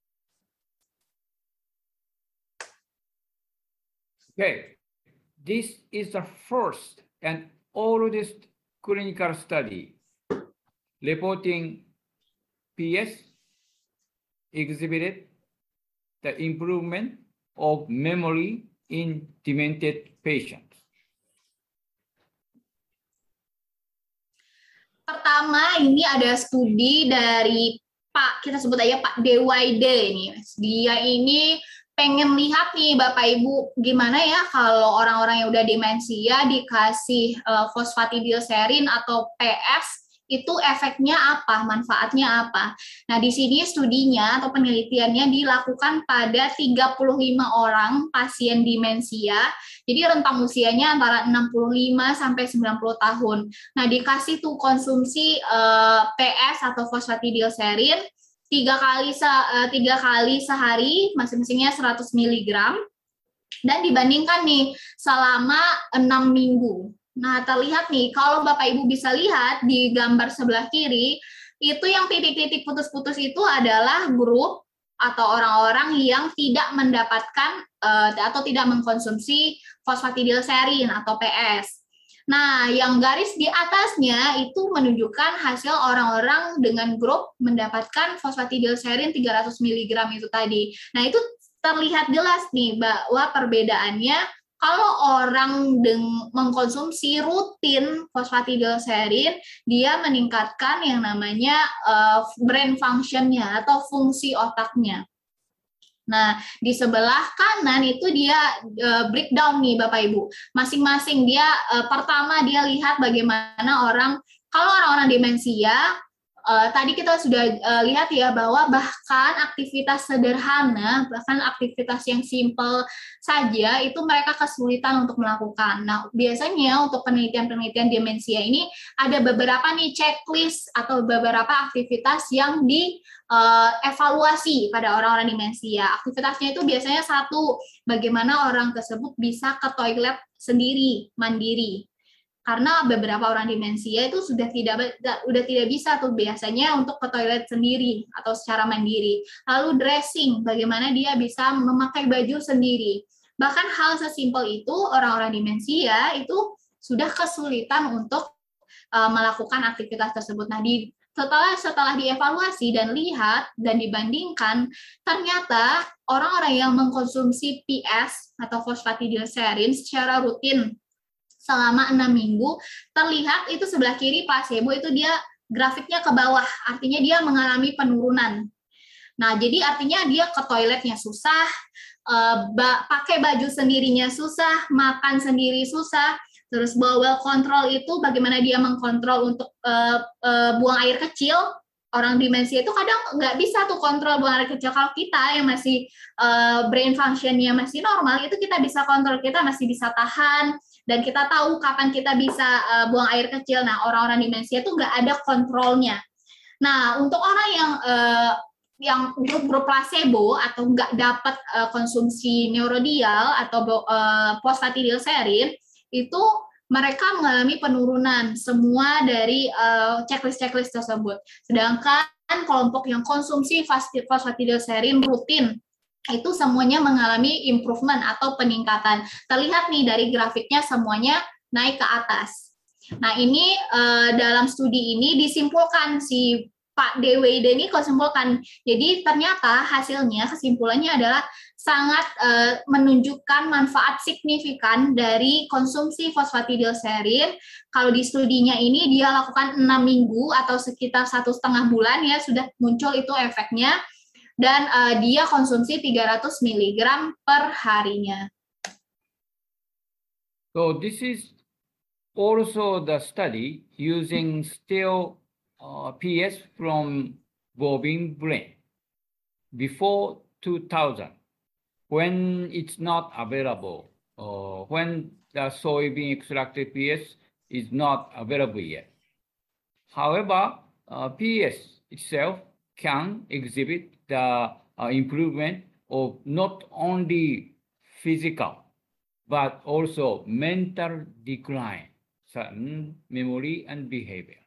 Okay, this is the first and oldest clinical study reporting PS exhibited the improvement of memory in demented patients. Pertama, ini ada studi dari Pak, kita sebut aja Pak DYD ini. Dia ini pengen lihat nih Bapak Ibu, gimana ya kalau orang-orang yang udah demensia dikasih fosfatidilserin atau PS, itu efeknya apa, manfaatnya apa. Nah, di sini studinya atau penelitiannya dilakukan pada 35 orang pasien demensia. Jadi rentang usianya antara 65 sampai 90 tahun. Nah, dikasih tuh konsumsi PS atau fosfatidilserin 3 kali sehari, masing-masingnya 100 mg, dan dibandingkan nih selama 6 minggu. Nah, terlihat nih, kalau Bapak Ibu bisa lihat di gambar sebelah kiri, itu yang titik-titik putus-putus itu adalah grup atau orang-orang yang tidak mendapatkan atau tidak mengkonsumsi fosfatidilserin atau PS. Nah, yang garis di atasnya itu menunjukkan hasil orang-orang dengan grup mendapatkan fosfatidilserin 300 mg itu tadi. Nah, itu terlihat jelas nih bahwa perbedaannya kalau orang mengkonsumsi rutin fosfatidilserin, dia meningkatkan yang namanya brain function-nya atau fungsi otaknya. Nah, di sebelah kanan itu dia breakdown nih Bapak Ibu. Masing-masing dia pertama dia lihat bagaimana kalau orang-orang demensia, tadi kita sudah lihat ya bahwa bahkan aktivitas sederhana, bahkan aktivitas yang simple saja itu mereka kesulitan untuk melakukan. Nah, biasanya untuk penelitian-penelitian demensia ini ada beberapa nih checklist atau beberapa aktivitas yang evaluasi pada orang-orang demensia. Aktivitasnya itu biasanya satu, bagaimana orang tersebut bisa ke toilet sendiri, mandiri. Karena beberapa orang demensia itu sudah tidak bisa tuh biasanya untuk ke toilet sendiri atau secara mandiri. Lalu dressing, bagaimana dia bisa memakai baju sendiri. Bahkan hal sesimpel itu orang-orang demensia itu sudah kesulitan untuk melakukan aktivitas tersebut. Nah, setelah dievaluasi dan lihat dan dibandingkan, ternyata orang-orang yang mengkonsumsi PS atau fosfatidilserin secara rutin selama 6 minggu, terlihat itu sebelah kiri placebo itu dia grafiknya ke bawah, artinya dia mengalami penurunan. Nah, jadi artinya dia ke toiletnya susah, pakai baju sendirinya susah, makan sendiri susah, terus bowel control itu bagaimana dia mengkontrol untuk buang air kecil. Orang demensia itu kadang nggak bisa tuh kontrol buang air kecil. Kalau kita yang masih brain function-nya masih normal, itu kita bisa kontrol, kita masih bisa tahan, dan kita tahu kapan kita bisa buang air kecil. Nah, orang-orang demensia itu nggak ada kontrolnya. Nah, untuk orang yang grup placebo atau nggak dapat konsumsi neurodial atau fosfatidilserin, itu mereka mengalami penurunan semua dari checklist tersebut. Sedangkan kelompok yang konsumsi fosfatidilserin rutin itu semuanya mengalami improvement atau peningkatan. Terlihat nih dari grafiknya semuanya naik ke atas. Nah, ini dalam studi ini disimpulkan si Pak Deweyde ini kesimpulkan. Jadi ternyata hasilnya kesimpulannya adalah sangat menunjukkan manfaat signifikan dari konsumsi fosfatidilserin. Kalau di studinya ini dia lakukan 6 minggu atau sekitar 1,5 bulan ya sudah muncul itu efeknya. Dan dia konsumsi 300 mg per harinya. So this is also the study using still PS from bovine brain before 2000, when it's not available, when the soybean extracted PS is not available yet. However, PS itself can exhibit the improvement of not only physical, but also mental decline, certain memory and behavior.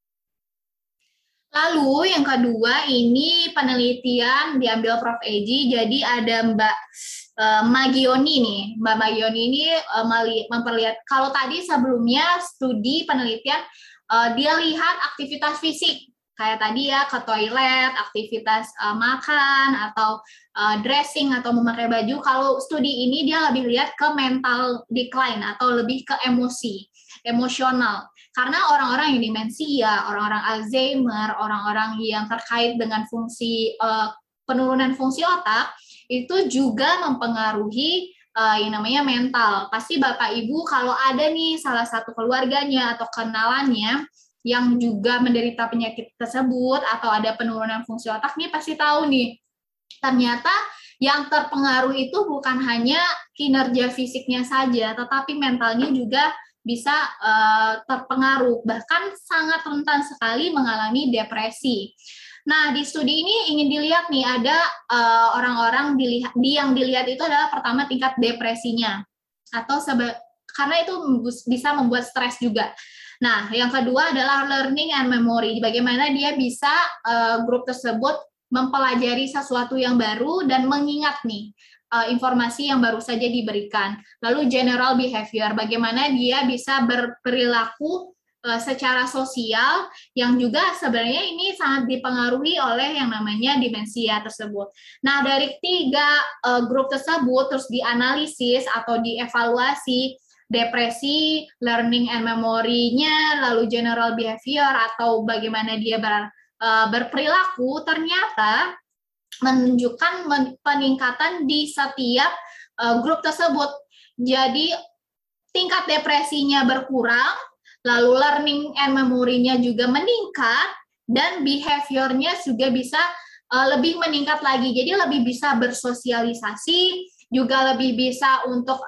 Lalu yang kedua ini penelitian diambil Prof. Eji, jadi ada Mbak Magioni nih. Mbak Magioni ini memperlihat, kalau tadi sebelumnya studi penelitian dia lihat aktivitas fisik, kayak tadi ya ke toilet, aktivitas makan atau dressing atau memakai baju. Kalau studi ini dia lebih lihat ke mental decline atau lebih ke emosional. Karena orang-orang yang demensia, orang-orang Alzheimer, orang-orang yang terkait dengan fungsi penurunan fungsi otak itu juga mempengaruhi yang namanya mental. Pasti Bapak Ibu kalau ada nih salah satu keluarganya atau kenalannya yang juga menderita penyakit tersebut atau ada penurunan fungsi otak nih pasti tahu nih. Ternyata yang terpengaruh itu bukan hanya kinerja fisiknya saja, tetapi mentalnya juga bisa terpengaruh, bahkan sangat rentan sekali mengalami depresi. Nah, di studi ini ingin dilihat nih, ada orang-orang yang dilihat itu adalah pertama tingkat depresinya, atau karena itu bisa membuat stres juga. Nah, yang kedua adalah learning and memory, bagaimana dia bisa grup tersebut mempelajari sesuatu yang baru dan mengingat nih, informasi yang baru saja diberikan. Lalu general behavior, bagaimana dia bisa berperilaku secara sosial yang juga sebenarnya ini sangat dipengaruhi oleh yang namanya demensia tersebut. Nah, dari 3 grup tersebut terus dianalisis atau dievaluasi depresi, learning and memory-nya, lalu general behavior atau bagaimana dia berperilaku, ternyata menunjukkan peningkatan di setiap grup tersebut. Jadi tingkat depresinya berkurang, lalu learning and memory-nya juga meningkat, dan behavior-nya juga bisa lebih meningkat lagi. Jadi lebih bisa bersosialisasi, juga lebih bisa untuk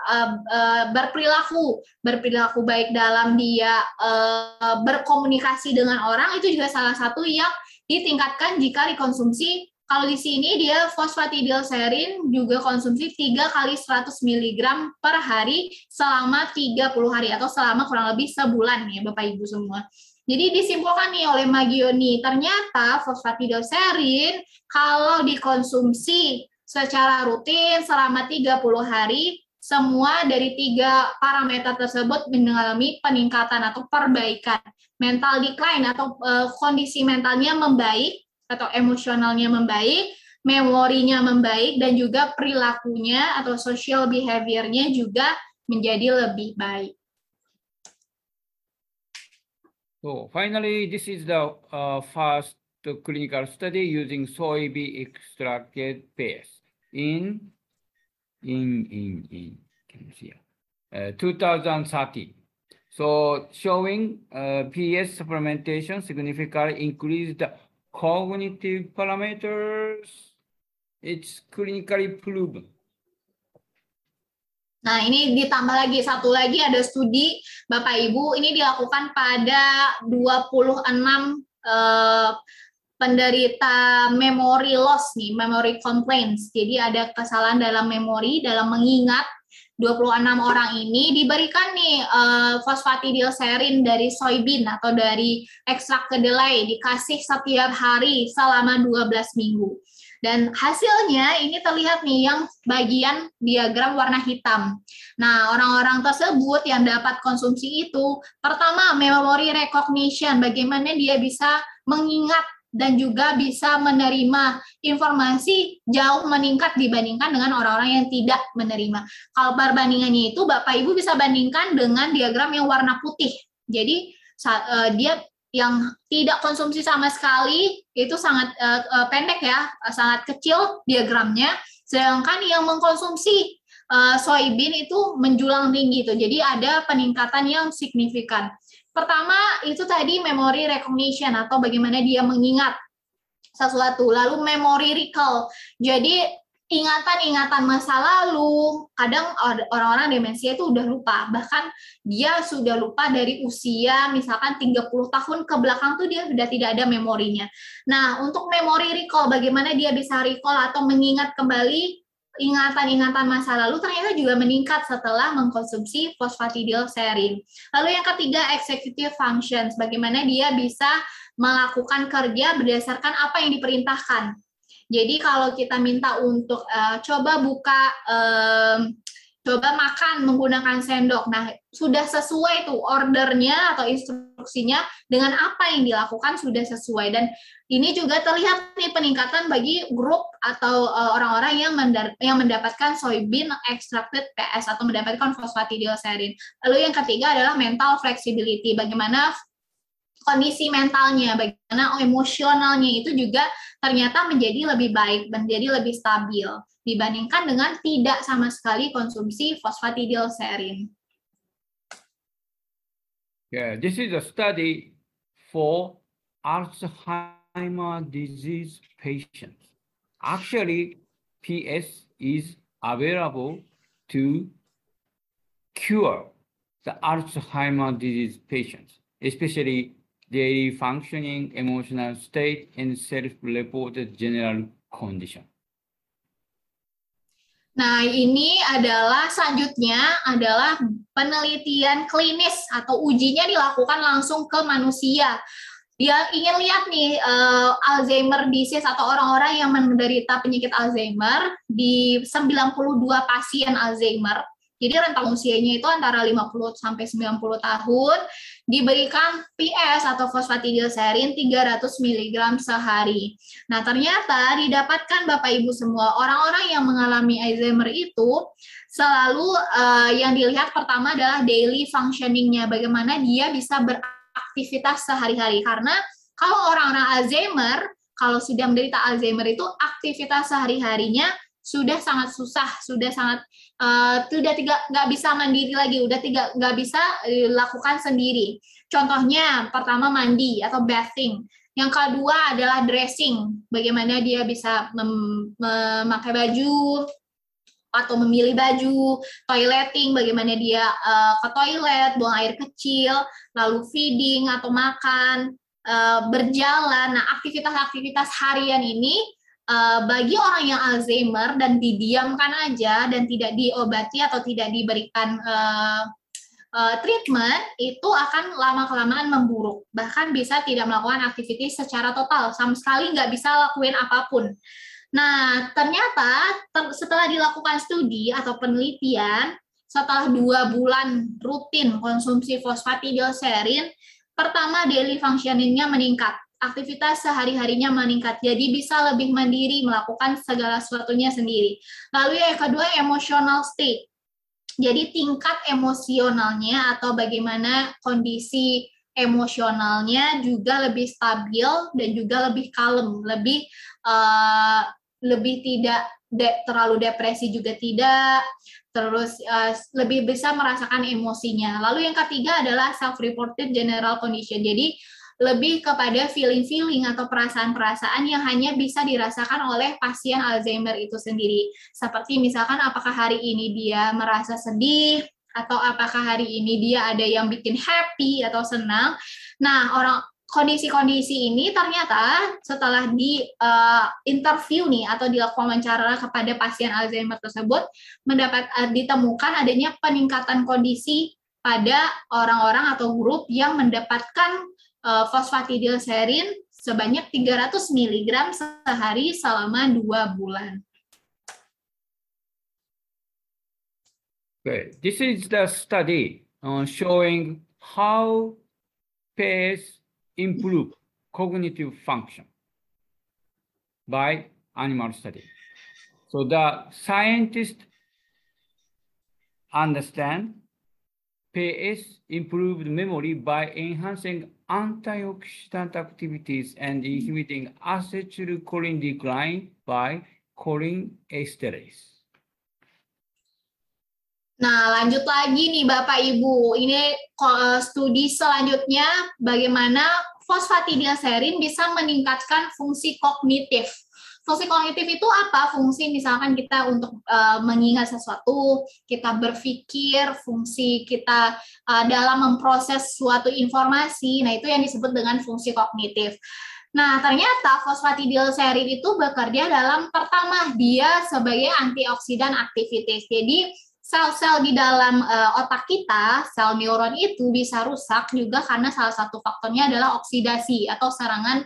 berperilaku baik dalam dia berkomunikasi dengan orang, itu juga salah satu yang ditingkatkan jika dikonsumsi. Kalau di sini dia fosfatidilserin juga konsumsi 3 kali 100 mg per hari selama 30 hari atau selama kurang lebih sebulan ya Bapak Ibu semua. Jadi disimpulkan nih oleh Magioni, ternyata fosfatidilserin kalau dikonsumsi secara rutin selama 30 hari, semua dari 3 parameter tersebut mengalami peningkatan atau perbaikan. Mental decline atau kondisi mentalnya membaik, atau emosionalnya membaik, memorinya membaik, dan juga perilakunya atau social behavior-nya juga menjadi lebih baik. So finally, this is the first clinical study using soybean extracted paste in 2013. So showing PS supplementation significantly increased the cognitive parameters. It's clinically proven. Nah, ini ditambah lagi, satu lagi ada studi, Bapak Ibu, ini dilakukan pada 26 penderita memory loss nih, memory complaints. Jadi ada kesalahan dalam memori, dalam mengingat, 26 orang ini diberikan nih fosfatidilserin dari soybean atau dari ekstrak kedelai, dikasih setiap hari selama 12 minggu. Dan hasilnya ini terlihat nih yang bagian diagram warna hitam. Nah, orang-orang tersebut yang dapat konsumsi itu, pertama memory recognition, bagaimana dia bisa mengingat dan juga bisa menerima informasi jauh meningkat dibandingkan dengan orang-orang yang tidak menerima. Kalau perbandingannya itu Bapak Ibu bisa bandingkan dengan diagram yang warna putih. Jadi dia yang tidak konsumsi sama sekali itu sangat pendek ya, sangat kecil diagramnya. Sedangkan yang mengkonsumsi soybean itu menjulang tinggi itu. Jadi ada peningkatan yang signifikan. Pertama itu tadi memory recognition atau bagaimana dia mengingat sesuatu. Lalu memory recall. Jadi ingatan-ingatan masa lalu, kadang orang-orang demensia itu udah lupa. Bahkan dia sudah lupa dari usia misalkan 30 tahun ke belakang tuh dia sudah tidak ada memorinya. Nah, untuk memory recall, bagaimana dia bisa recall atau mengingat kembali ingatan-ingatan masa lalu ternyata juga meningkat setelah mengkonsumsi fosfatidilserin. Lalu yang ketiga, executive functions, bagaimana dia bisa melakukan kerja berdasarkan apa yang diperintahkan. Jadi kalau kita minta untuk coba buka, coba makan menggunakan sendok, nah sudah sesuai tuh ordernya atau instruksinya dengan apa yang dilakukan sudah sesuai. Dan ini juga terlihat nih peningkatan bagi grup atau orang-orang yang mendapatkan soybean extracted PS atau mendapatkan fosfatidilserin. Lalu yang ketiga adalah mental flexibility, bagaimana kondisi mentalnya, bagaimana emosionalnya itu juga ternyata menjadi lebih baik, menjadi lebih stabil dibandingkan dengan tidak sama sekali konsumsi fosfatidilserin. Yeah, this is a study for Alzheimer's disease patients. Actually, PS is available to cure the Alzheimer's disease patients, especially daily functioning, emotional state, and self-reported general condition. Nah, ini adalah selanjutnya adalah penelitian klinis atau ujinya dilakukan langsung ke manusia. Dia ingin lihat nih Alzheimer disease atau orang-orang yang menderita penyakit Alzheimer di 92 pasien Alzheimer. Jadi rentang usianya itu antara 50 sampai 90 tahun, diberikan PS atau fosfatidilserin 300 mg sehari. Nah, ternyata didapatkan Bapak Ibu semua, orang-orang yang mengalami Alzheimer itu selalu yang dilihat pertama adalah daily functioning-nya, bagaimana dia bisa beraktivitas sehari-hari. Karena kalau orang-orang Alzheimer, kalau sudah menderita Alzheimer itu aktivitas sehari-harinya sudah sangat susah, sudah sangat sudah nggak bisa mandiri lagi, udah nggak bisa dilakukan sendiri. Contohnya pertama mandi atau bathing. Yang kedua adalah dressing, bagaimana dia bisa memakai baju atau memilih baju, toileting, bagaimana dia ke toilet, buang air kecil, lalu feeding atau makan, berjalan. Nah, aktivitas-aktivitas harian ini bagi orang yang Alzheimer dan didiamkan aja dan tidak diobati atau tidak diberikan treatment, itu akan lama-kelamaan memburuk. Bahkan bisa tidak melakukan aktivitas secara total, sama sekali nggak bisa lakuin apapun. Nah, ternyata setelah dilakukan studi atau penelitian, setelah 2 bulan rutin konsumsi fosfatidilserin, pertama daily functioning-nya meningkat. Aktivitas sehari-harinya meningkat, jadi bisa lebih mandiri melakukan segala sesuatunya sendiri. Lalu yang kedua, emotional state. Jadi tingkat emosionalnya atau bagaimana kondisi emosionalnya juga lebih stabil dan juga lebih kalem, lebih tidak terlalu depresi juga tidak, terus lebih bisa merasakan emosinya. Lalu yang ketiga adalah self-reported general condition. Jadi lebih kepada feeling-feeling atau perasaan-perasaan yang hanya bisa dirasakan oleh pasien Alzheimer itu sendiri. Seperti misalkan apakah hari ini dia merasa sedih, atau apakah hari ini dia ada yang bikin happy atau senang. Nah, kondisi-kondisi ini ternyata setelah di interview nih atau dilakukan wawancara kepada pasien Alzheimer tersebut ditemukan adanya peningkatan kondisi pada orang-orang atau grup yang mendapatkan fosfatidilserin sebanyak 300 mg sehari selama 2 bulan. Okay. This is the study showing how PACE improve cognitive function by animal study. So the scientists understand PACE improved memory by enhancing antioxidant activities and inhibiting acetylcholine decline by cholinesterase. Nah, lanjut lagi nih Bapak Ibu. Ini studi selanjutnya bagaimana fosfatidilserin bisa meningkatkan fungsi kognitif. Fungsi kognitif itu apa? Fungsi misalkan kita untuk mengingat sesuatu, kita berpikir, fungsi kita dalam memproses suatu informasi. Nah, itu yang disebut dengan fungsi kognitif. Nah, ternyata fosfatidilserin itu bekerja dalam pertama, dia sebagai antioksidan aktivitas. Jadi, sel-sel di dalam otak kita, sel neuron itu bisa rusak juga karena salah satu faktornya adalah oksidasi atau serangan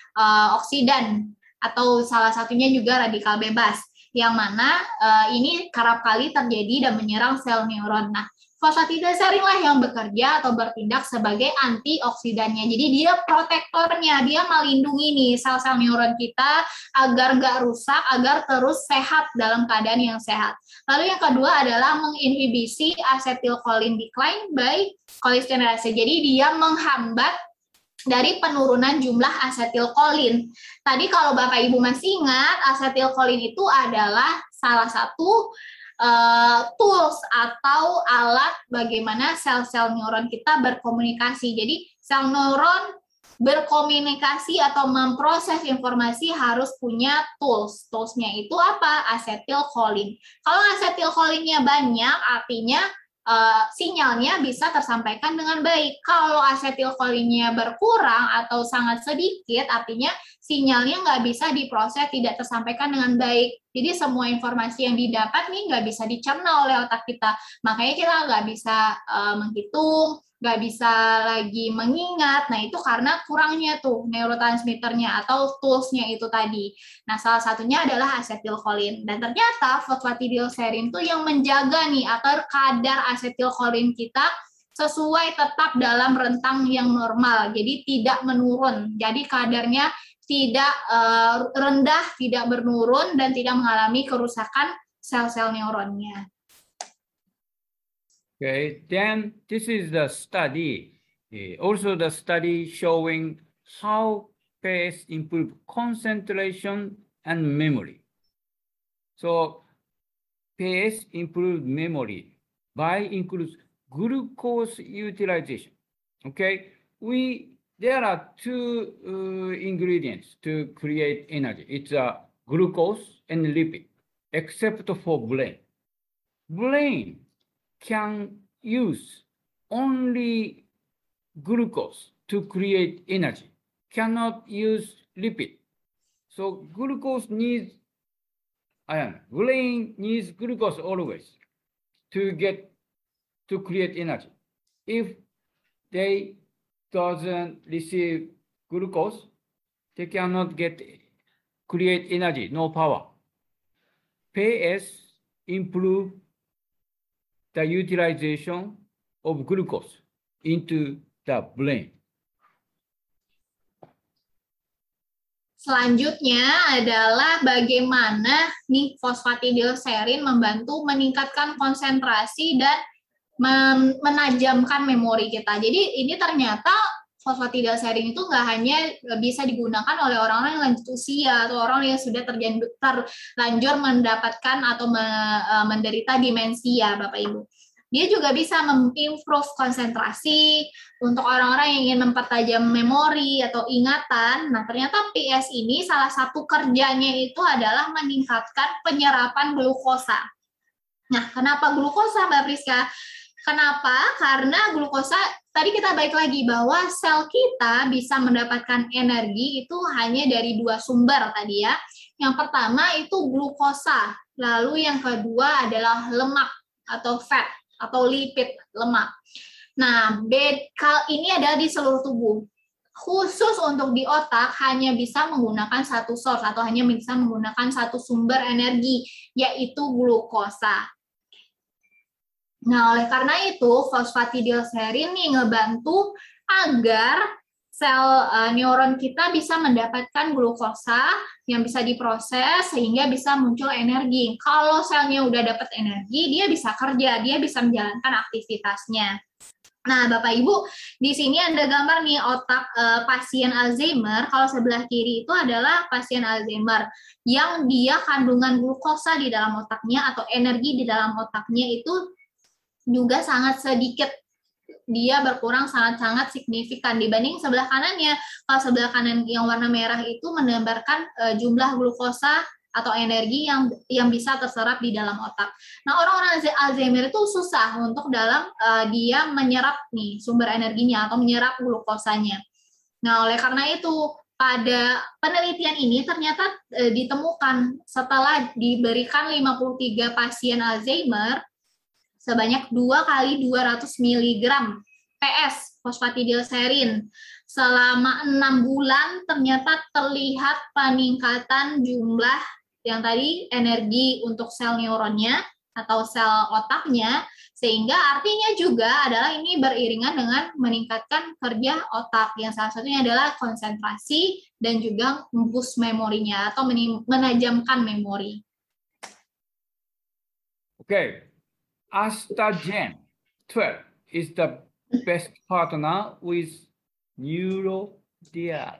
oksidan, atau salah satunya juga radikal bebas, yang mana ini kerap kali terjadi dan menyerang sel neuron. Nah, fosfatidilserin lah yang bekerja atau bertindak sebagai antioksidannya. Jadi dia protektornya, dia melindungi nih sel-sel neuron kita agar nggak rusak, agar terus sehat dalam keadaan yang sehat. Lalu yang kedua adalah menginhibisi acetylcholine decline by cholinesterase. Jadi dia menghambat dari penurunan jumlah asetilkolin. Tadi kalau Bapak Ibu masih ingat, asetilkolin itu adalah salah satu tools atau alat bagaimana sel-sel neuron kita berkomunikasi. Jadi sel neuron berkomunikasi atau memproses informasi harus punya tools. Toolsnya itu apa? Asetilkolin. Kalau asetilkolinnya banyak, artinya sinyalnya bisa tersampaikan dengan baik. Kalau asetilkolinnya berkurang atau sangat sedikit, artinya sinyalnya nggak bisa diproses, tidak tersampaikan dengan baik. Jadi semua informasi yang didapat nih nggak bisa dicerna oleh otak kita. Makanya kita nggak bisa menghitung, nggak bisa lagi mengingat. Nah, itu karena kurangnya tuh neurotransmitternya atau toolsnya itu tadi. Nah, salah satunya adalah asetilkolin. Dan ternyata fosfatidilserin tuh yang menjaga nih agar kadar asetilkolin kita sesuai tetap dalam rentang yang normal. Jadi tidak menurun. Jadi kadarnya tidak rendah, tidak menurun, dan tidak mengalami kerusakan sel-sel neuronnya. Okay, then this is the study. Also the study showing how PACE improve concentration and memory. So PACE improve memory by includes glucose utilization. Okay, there are two ingredients to create energy. It's glucose and lipid, except for brain. Brain can use only glucose to create energy, cannot use lipid. So glucose needs, brain needs glucose always to create energy. If they doesn't receive glucose, they cannot create energy, no power. PACE improve the utilization of glucose into the brain. Selanjutnya adalah bagaimana nih fosfatidilserin membantu meningkatkan konsentrasi dan menajamkan memori kita. Jadi ini ternyata fosfatidilserin itu nggak hanya bisa digunakan oleh orang-orang yang lanjut usia atau orang yang sudah terlanjur mendapatkan atau menderita demensia, Bapak Ibu. Dia juga bisa mengimprove konsentrasi untuk orang-orang yang ingin mempertajam memori atau ingatan. Nah, ternyata PACE ini salah satu kerjanya itu adalah meningkatkan penyerapan glukosa. Nah, kenapa glukosa, Mbak Priska? Kenapa? Karena glukosa, tadi kita balik lagi bahwa sel kita bisa mendapatkan energi itu hanya dari dua sumber tadi ya. Yang pertama itu glukosa, lalu yang kedua adalah lemak atau fat atau lipid, lemak. Nah, ini adalah di seluruh tubuh. Khusus untuk di otak hanya bisa menggunakan satu source atau hanya bisa menggunakan satu sumber energi, yaitu glukosa. Nah, oleh karena itu fosfatidilserin nih ngebantu agar sel neuron kita bisa mendapatkan glukosa yang bisa diproses sehingga bisa muncul energi. Kalau selnya udah dapat energi, dia bisa kerja, dia bisa menjalankan aktivitasnya. Nah, Bapak Ibu, di sini ada gambar nih otak pasien Alzheimer. Kalau sebelah kiri itu adalah pasien Alzheimer yang dia kandungan glukosa di dalam otaknya atau energi di dalam otaknya itu juga sangat sedikit. Dia berkurang sangat-sangat signifikan dibanding sebelah kanannya. Kalau sebelah kanan yang warna merah itu menggambarkan jumlah glukosa atau energi yang bisa terserap di dalam otak. Nah, orang-orang Alzheimer itu susah untuk dalam dia menyerap nih sumber energinya atau menyerap glukosanya. Nah, oleh karena itu pada penelitian ini ternyata ditemukan setelah diberikan 53 pasien Alzheimer sebanyak 2 kali 200 mg PS fosfatidilserin selama 6 bulan ternyata terlihat peningkatan jumlah yang tadi energi untuk sel neuronnya atau sel otaknya, sehingga artinya juga adalah ini beriringan dengan meningkatkan kerja otak yang salah satunya adalah konsentrasi dan juga memboost memorinya atau menajamkan memori. Okay, Astagen 12 is the best partner with NeuroDial.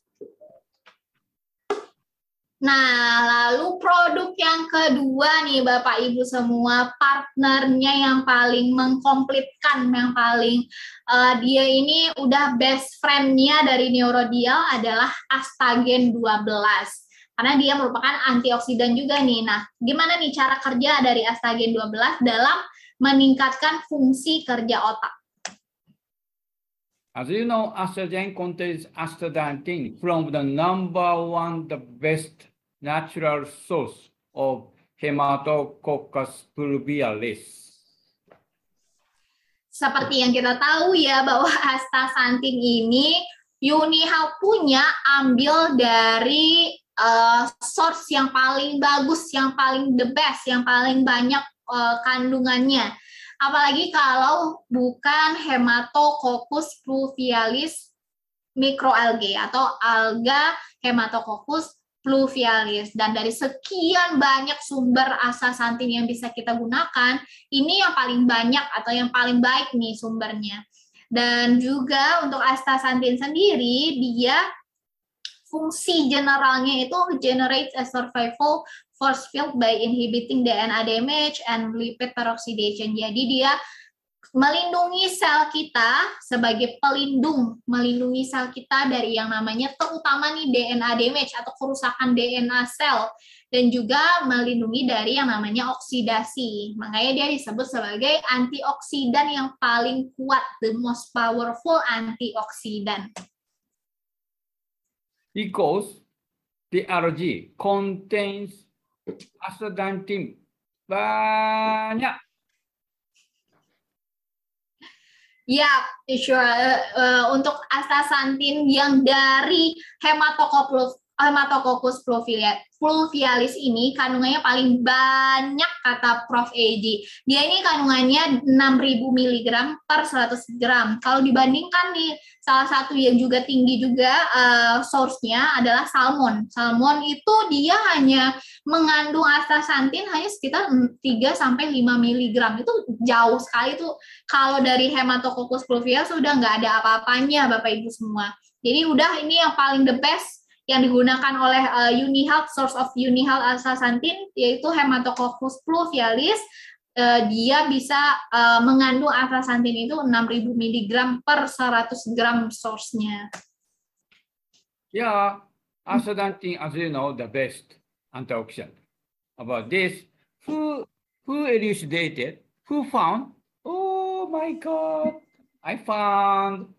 Nah, lalu produk yang kedua nih Bapak Ibu semua, partnernya yang paling mengkomplitkan, yang paling dia ini udah best friend-nya dari NeuroDial adalah Astagen 12. Karena dia merupakan antioksidan juga nih. Nah, gimana nih cara kerja dari Astagen 12 dalam meningkatkan fungsi kerja otak? As you know, Astagen contains astaxanthin from the #1, the best natural source of Hematococcus pulmonalis. Seperti yang kita tahu ya bahwa astaxanthin ini UniHealth punya ambil dari source yang paling bagus, yang paling the best, yang paling banyak kandungannya. Apalagi kalau bukan Hematococcus pluvialis microalgae atau alga Hematococcus pluvialis. Dan dari sekian banyak sumber astaxanthin yang bisa kita gunakan, ini yang paling banyak atau yang paling baik nih sumbernya. Dan juga untuk astaxanthin sendiri, dia fungsi generalnya itu generates a survival force field by inhibiting DNA damage and lipid peroxidation. Jadi dia melindungi sel kita sebagai pelindung, melindungi sel kita dari yang namanya terutama nih DNA damage atau kerusakan DNA sel dan juga melindungi dari yang namanya oksidasi. Makanya dia disebut sebagai antioksidan yang paling kuat, the most powerful antioksidan. Because the RG contains astaxanthin banyak. Ya, sure. Untuk astaxanthin yang dari Hematococcus pluvialis ini kandungannya paling banyak kata Prof. Eji. Dia ini kandungannya 6.000 mg per 100 gram. Kalau dibandingkan nih, salah satu yang juga tinggi juga source-nya adalah salmon. Salmon itu dia hanya mengandung astaxanthin hanya sekitar 3-5 mg. Itu jauh sekali tuh. Kalau dari Hematococcus pluvialis sudah nggak ada apa-apanya Bapak Ibu semua. Jadi udah ini yang paling the best yang digunakan oleh UniHealth, source of UniHealth astaxanthin yaitu Hematococcus pluvialis. Dia bisa mengandung astaxanthin itu 6.000 mg per 100 gram source-nya. Yeah, astaxanthin, as you know, the best antioxidant. About this, who elucidated, who found? Oh, my God. I found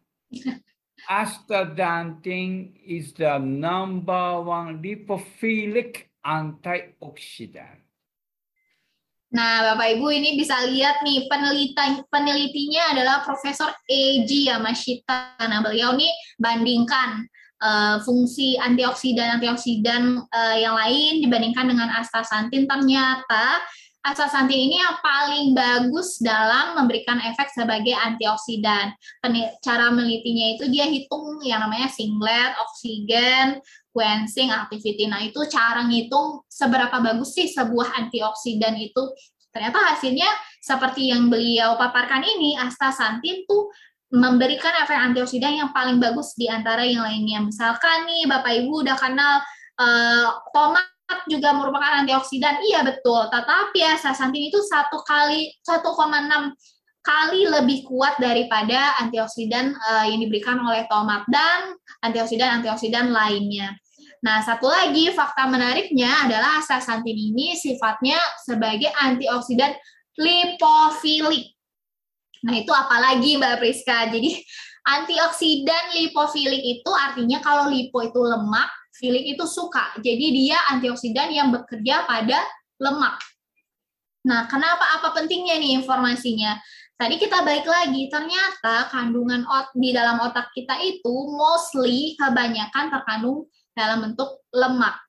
astaxanthin is the #1 lipophilic antioxidant. Nah, Bapak Ibu ini bisa lihat nih penelitinya adalah Profesor Eiji Yamashita. Nah, beliau nih bandingkan fungsi antioksidan yang lain dibandingkan dengan astaxanthin. Ternyata astaxanthin ini yang paling bagus dalam memberikan efek sebagai antioksidan. Cara menelitinya itu dia hitung yang namanya singlet, oksigen, quenching activity. Nah, itu cara ngitung seberapa bagus sih sebuah antioksidan itu. Ternyata hasilnya seperti yang beliau paparkan ini, astaxanthin tuh memberikan efek antioksidan yang paling bagus di antara yang lainnya. Misalkan nih Bapak Ibu udah kenal tomat juga merupakan antioksidan. Iya betul, tetapi astaxanthin itu 1,6 kali lebih kuat daripada antioksidan yang diberikan oleh tomat dan antioksidan lainnya. Nah, satu lagi fakta menariknya adalah astaxanthin ini sifatnya sebagai antioksidan lipofilik. Nah, itu apalagi Mbak Priska? Jadi, antioksidan lipofilik itu artinya kalau lipo itu lemak, filik itu suka. Jadi, dia antioksidan yang bekerja pada lemak. Nah, kenapa? Apa pentingnya nih informasinya? Tadi kita balik lagi, ternyata kandungan di dalam otak kita itu mostly kebanyakan terkandung dalam bentuk lemak.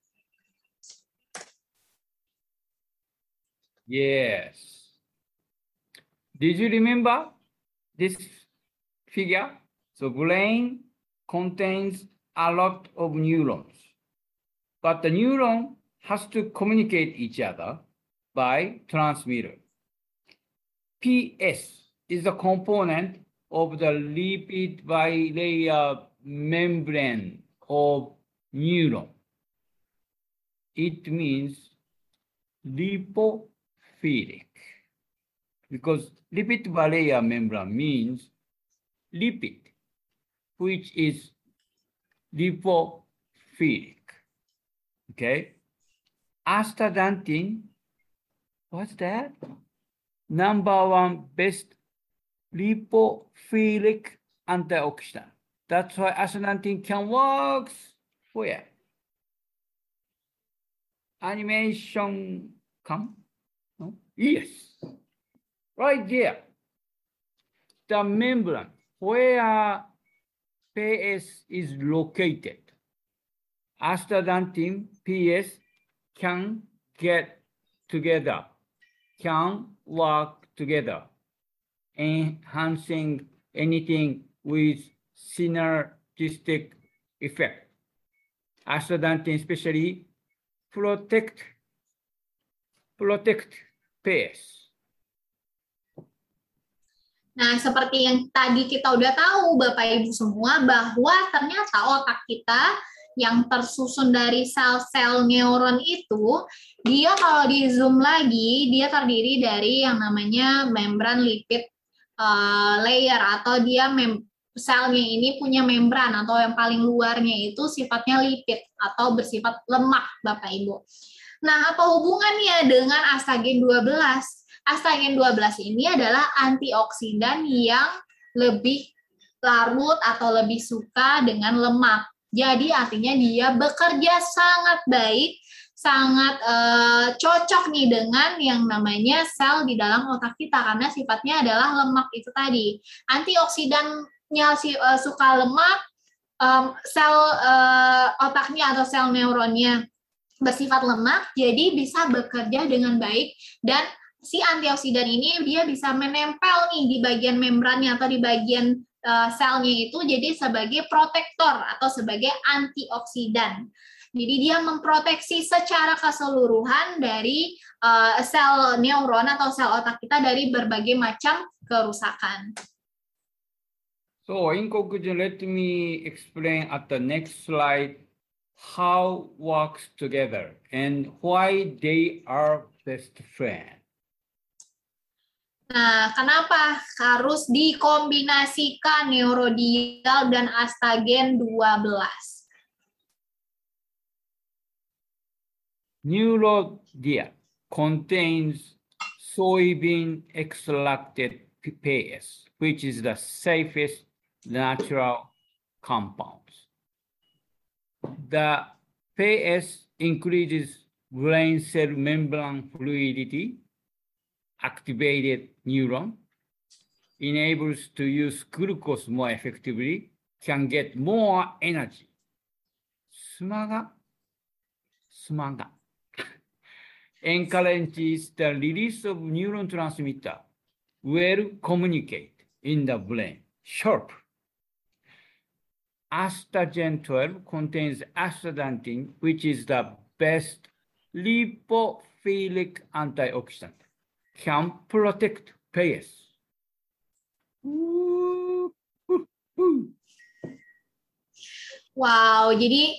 Yes. Did you remember this figure? So brain contains a lot of neurons, but the neuron has to communicate each other by transmitter. PS is a component of the lipid bilayer membrane of neuron. It means lipophilic, because lipid bilayer membrane means lipid, which is lipophilic. Okay? Astaxanthin, what's that? #1 best lipophilic antioxidant. That's why astaxanthin can work. Where? Animation come? No? Yes. Right there. The membrane where PS is located. Astaxanthin PS can get together, can work together, enhancing anything with synergistic effect. Astaxanthin especially protect PS. Nah, seperti yang tadi kita udah tahu Bapak Ibu semua bahwa ternyata otak kita yang tersusun dari sel-sel neuron itu, dia kalau di zoom lagi, dia terdiri dari yang namanya membran lipid layer, atau dia selnya ini punya membran atau yang paling luarnya itu sifatnya lipid atau bersifat lemak Bapak Ibu. Nah, apa hubungannya dengan astagen 12? Astagen 12 ini adalah antioksidan yang lebih larut atau lebih suka dengan lemak. Jadi artinya dia bekerja sangat baik, sangat cocok nih dengan yang namanya sel di dalam otak kita karena sifatnya adalah lemak itu tadi. Antioksidannya suka lemak, sel otaknya atau sel neuronnya bersifat lemak, jadi bisa bekerja dengan baik dan si antioksidan ini dia bisa menempel nih di bagian membrannya atau di bagian selnya itu jadi sebagai protektor atau sebagai antioksidan. Jadi dia memproteksi secara keseluruhan dari sel neuron atau sel otak kita dari berbagai macam kerusakan. So in conclusion, let me explain at the next slide how works together and why they are best friend. Nah, kenapa harus dikombinasikan neurodial dan astagen 12? Neurodial contains soybean extracted PAS, which is the safest natural compounds. The PAS increases brain cell membrane fluidity, activated neuron, enables to use glucose more effectively, can get more energy. Sumaga. Encourages the release of neurotransmitter, will communicate in the brain. Sharp. Astagen 12 contains astaxanthin, which is the best lipophilic antioxidant. Can protect PAS. Wow, jadi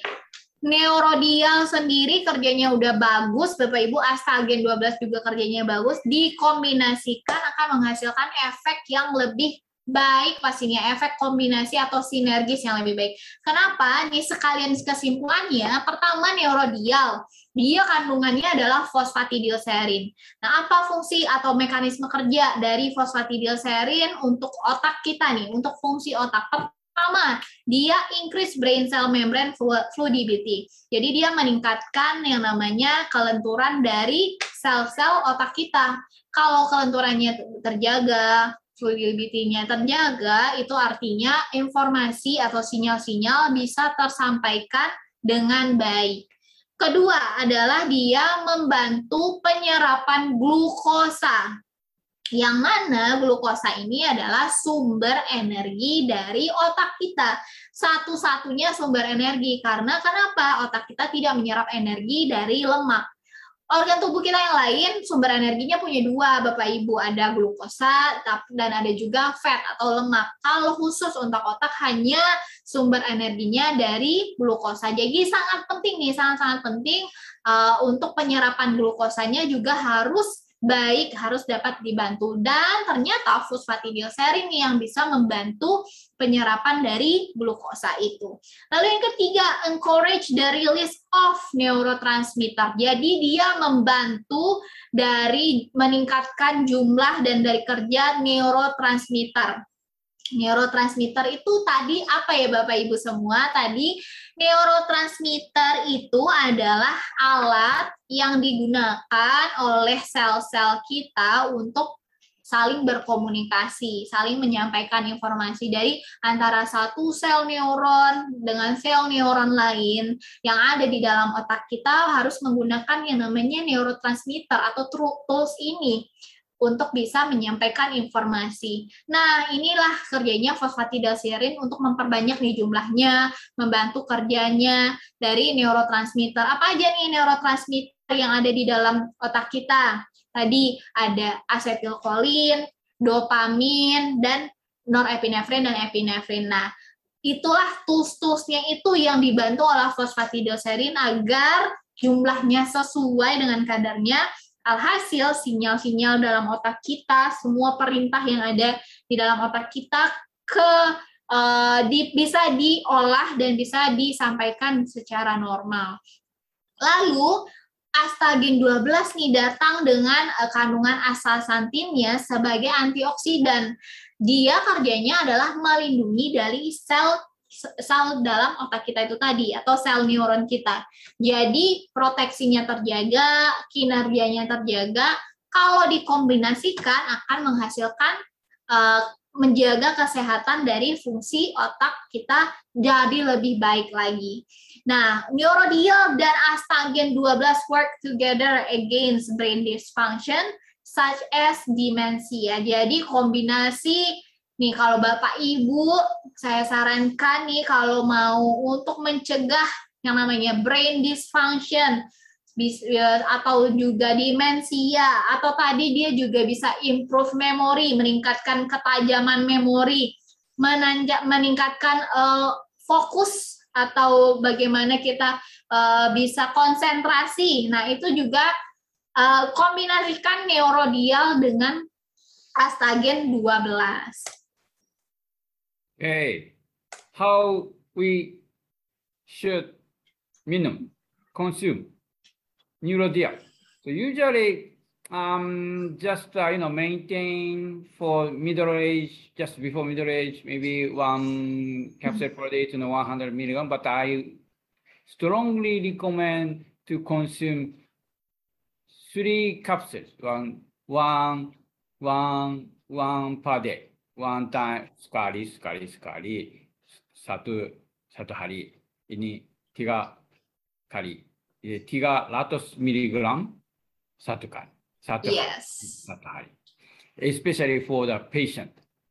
Neurodial sendiri kerjanya udah bagus, Bapak Ibu, Astagen 12 juga kerjanya bagus, dikombinasikan akan menghasilkan efek yang lebih baik pastinya, efek kombinasi atau sinergis yang lebih baik. Kenapa? Nih sekalian kesimpulannya, pertama Neurodial, dia kandungannya adalah fosfatidilserin. Nah, apa fungsi atau mekanisme kerja dari fosfatidilserin untuk otak kita nih, untuk fungsi otak? Pertama, dia increase brain cell membrane fluidity. Jadi dia meningkatkan yang namanya kelenturan dari sel-sel otak kita. Kalau kelenturannya terjaga, fluidity-nya terjaga, itu artinya informasi atau sinyal-sinyal bisa tersampaikan dengan baik. Kedua adalah dia membantu penyerapan glukosa. Yang mana glukosa ini adalah sumber energi dari otak kita. Satu-satunya sumber energi. Karena kenapa? Otak kita tidak menyerap energi dari lemak. Organ tubuh kita yang lain, sumber energinya punya dua, Bapak Ibu. Ada glukosa dan ada juga fat atau lemak. Kalau khusus untuk otak hanya sumber energinya dari glukosa. Jadi sangat penting nih, sangat-sangat penting untuk penyerapan glukosanya juga harus baik, harus dapat dibantu. Dan ternyata fosfatidilserin yang bisa membantu penyerapan dari glukosa itu. Lalu yang ketiga, encourage the release of neurotransmitter. Jadi dia membantu dari meningkatkan jumlah dan dari kerja neurotransmitter. Neurotransmitter itu tadi apa ya Bapak Ibu semua? Tadi neurotransmitter itu adalah alat yang digunakan oleh sel-sel kita untuk saling berkomunikasi, saling menyampaikan informasi dari antara satu sel neuron dengan sel neuron lain yang ada di dalam otak kita harus menggunakan yang namanya neurotransmitter atau tools ini untuk bisa menyampaikan informasi. Nah, inilah kerjanya fosfatidilserin untuk memperbanyak nih jumlahnya, membantu kerjanya dari neurotransmitter. Apa aja nih neurotransmitter yang ada di dalam otak kita? Tadi ada asetilkolin, dopamin, dan norepinefrin dan epinefrin. Nah, itulah tools-toolsnya itu yang dibantu oleh fosfatidilserin agar jumlahnya sesuai dengan kadarnya. Alhasil sinyal-sinyal dalam otak kita, semua perintah yang ada di dalam otak kita bisa diolah dan bisa disampaikan secara normal. Lalu Astagen 12 nih datang dengan kandungan astaxanthinnya sebagai antioksidan. Dia kerjanya adalah melindungi dari sel dalam otak kita itu tadi atau sel neuron kita. Jadi proteksinya terjaga, kinerjanya terjaga. Kalau dikombinasikan akan menghasilkan menjaga kesehatan dari fungsi otak kita jadi lebih baik lagi. Nah, Neurodial dan Astagen 12 work together against brain dysfunction such as dementia. Jadi kombinasi nih, kalau Bapak Ibu, saya sarankan nih kalau mau untuk mencegah yang namanya brain dysfunction atau juga demensia, atau tadi dia juga bisa improve memory, meningkatkan ketajaman memori, meningkatkan fokus atau bagaimana kita bisa konsentrasi. Nah, itu juga kombinasikan Neurodial dengan Astagen 12. Okay, how we should consume Neurodial. So usually just maintain for middle age, just before middle age, maybe one capsule per day to 100 milligram. But I strongly recommend to consume 3 capsules, one per day, one time sekali, satu hari. Ini 3 kali, 300 miligram satu kali. Yes. Satu hari. Especially for the patient.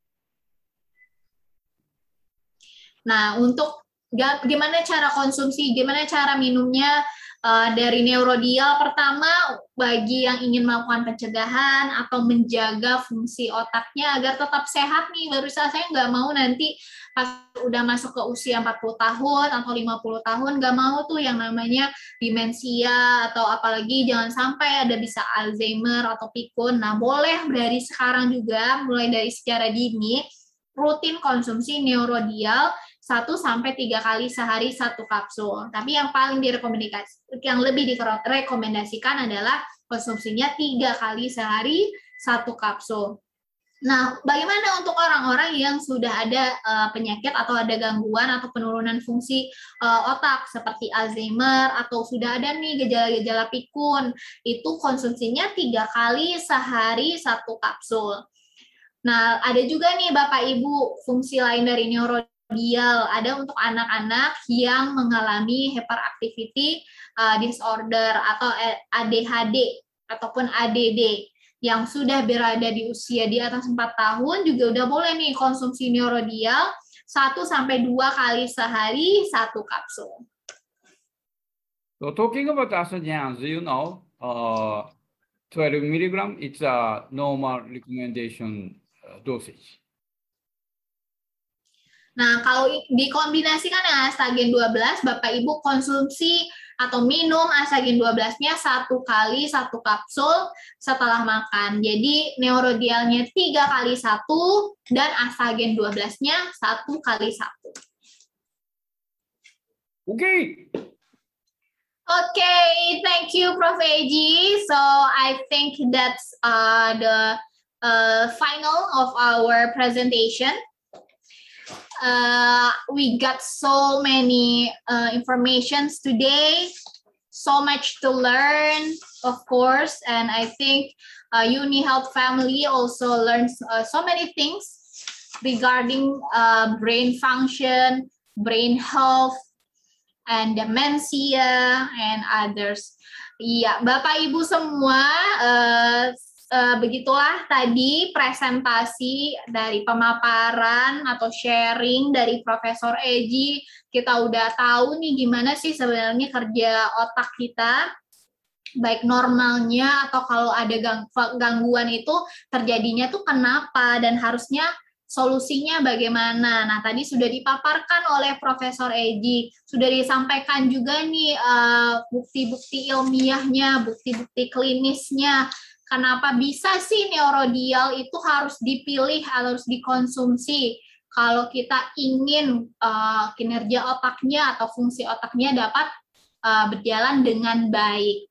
Nah, untuk gimana cara konsumsi, gimana cara minumnya dari Neurodial, pertama bagi yang ingin melakukan pencegahan atau menjaga fungsi otaknya agar tetap sehat nih, baru saya nggak mau nanti pas udah masuk ke usia 40 tahun atau 50 tahun, nggak mau tuh yang namanya demensia atau apalagi jangan sampai ada bisa Alzheimer atau pikun. Nah, boleh dari sekarang juga, mulai dari secara dini, rutin konsumsi Neurodial 1-3 kali sehari 1 kapsul. Tapi yang paling lebih direkomendasikan adalah konsumsinya 3 kali sehari 1 kapsul. Nah, bagaimana untuk orang-orang yang sudah ada penyakit atau ada gangguan atau penurunan fungsi otak seperti Alzheimer atau sudah ada nih gejala-gejala pikun, itu konsumsinya 3 kali sehari 1 kapsul. Nah, ada juga nih Bapak Ibu fungsi lain dari Neurodial, ada untuk anak-anak yang mengalami hyperactivity disorder atau ADHD ataupun ADD yang sudah berada di usia di atas 4 tahun juga udah boleh nih konsumsi Neurodial 1-2 kali sehari 1 kapsul. So talking about Asajan, 12 milligram, it's a normal recommendation dosage. Nah, kalau dikombinasikan dengan Astagen 12, Bapak Ibu konsumsi atau minum Astagen 12-nya 1 kali 1 kapsul setelah makan. Jadi Neurodialnya 3 kali 1 dan Astagen 12-nya 1 kali 1. Okay, thank you, Prof. Eji. So I think that's the final of our presentation. We got so many informations today, so much to learn, of course, and I think Uni Health family also learns so many things regarding brain function, brain health, and dementia, and others. Iya, Bapak Ibu semua, begitulah tadi presentasi dari pemaparan atau sharing dari Profesor Eji. Kita udah tahu nih gimana sih sebenarnya kerja otak kita, baik normalnya atau kalau ada gangguan itu terjadinya tuh kenapa dan harusnya solusinya bagaimana. Nah, tadi sudah dipaparkan oleh Profesor Eji, sudah disampaikan juga nih bukti-bukti ilmiahnya, bukti-bukti klinisnya, kenapa bisa sih Neurodial itu harus dipilih, harus dikonsumsi kalau kita ingin kinerja otaknya atau fungsi otaknya dapat berjalan dengan baik.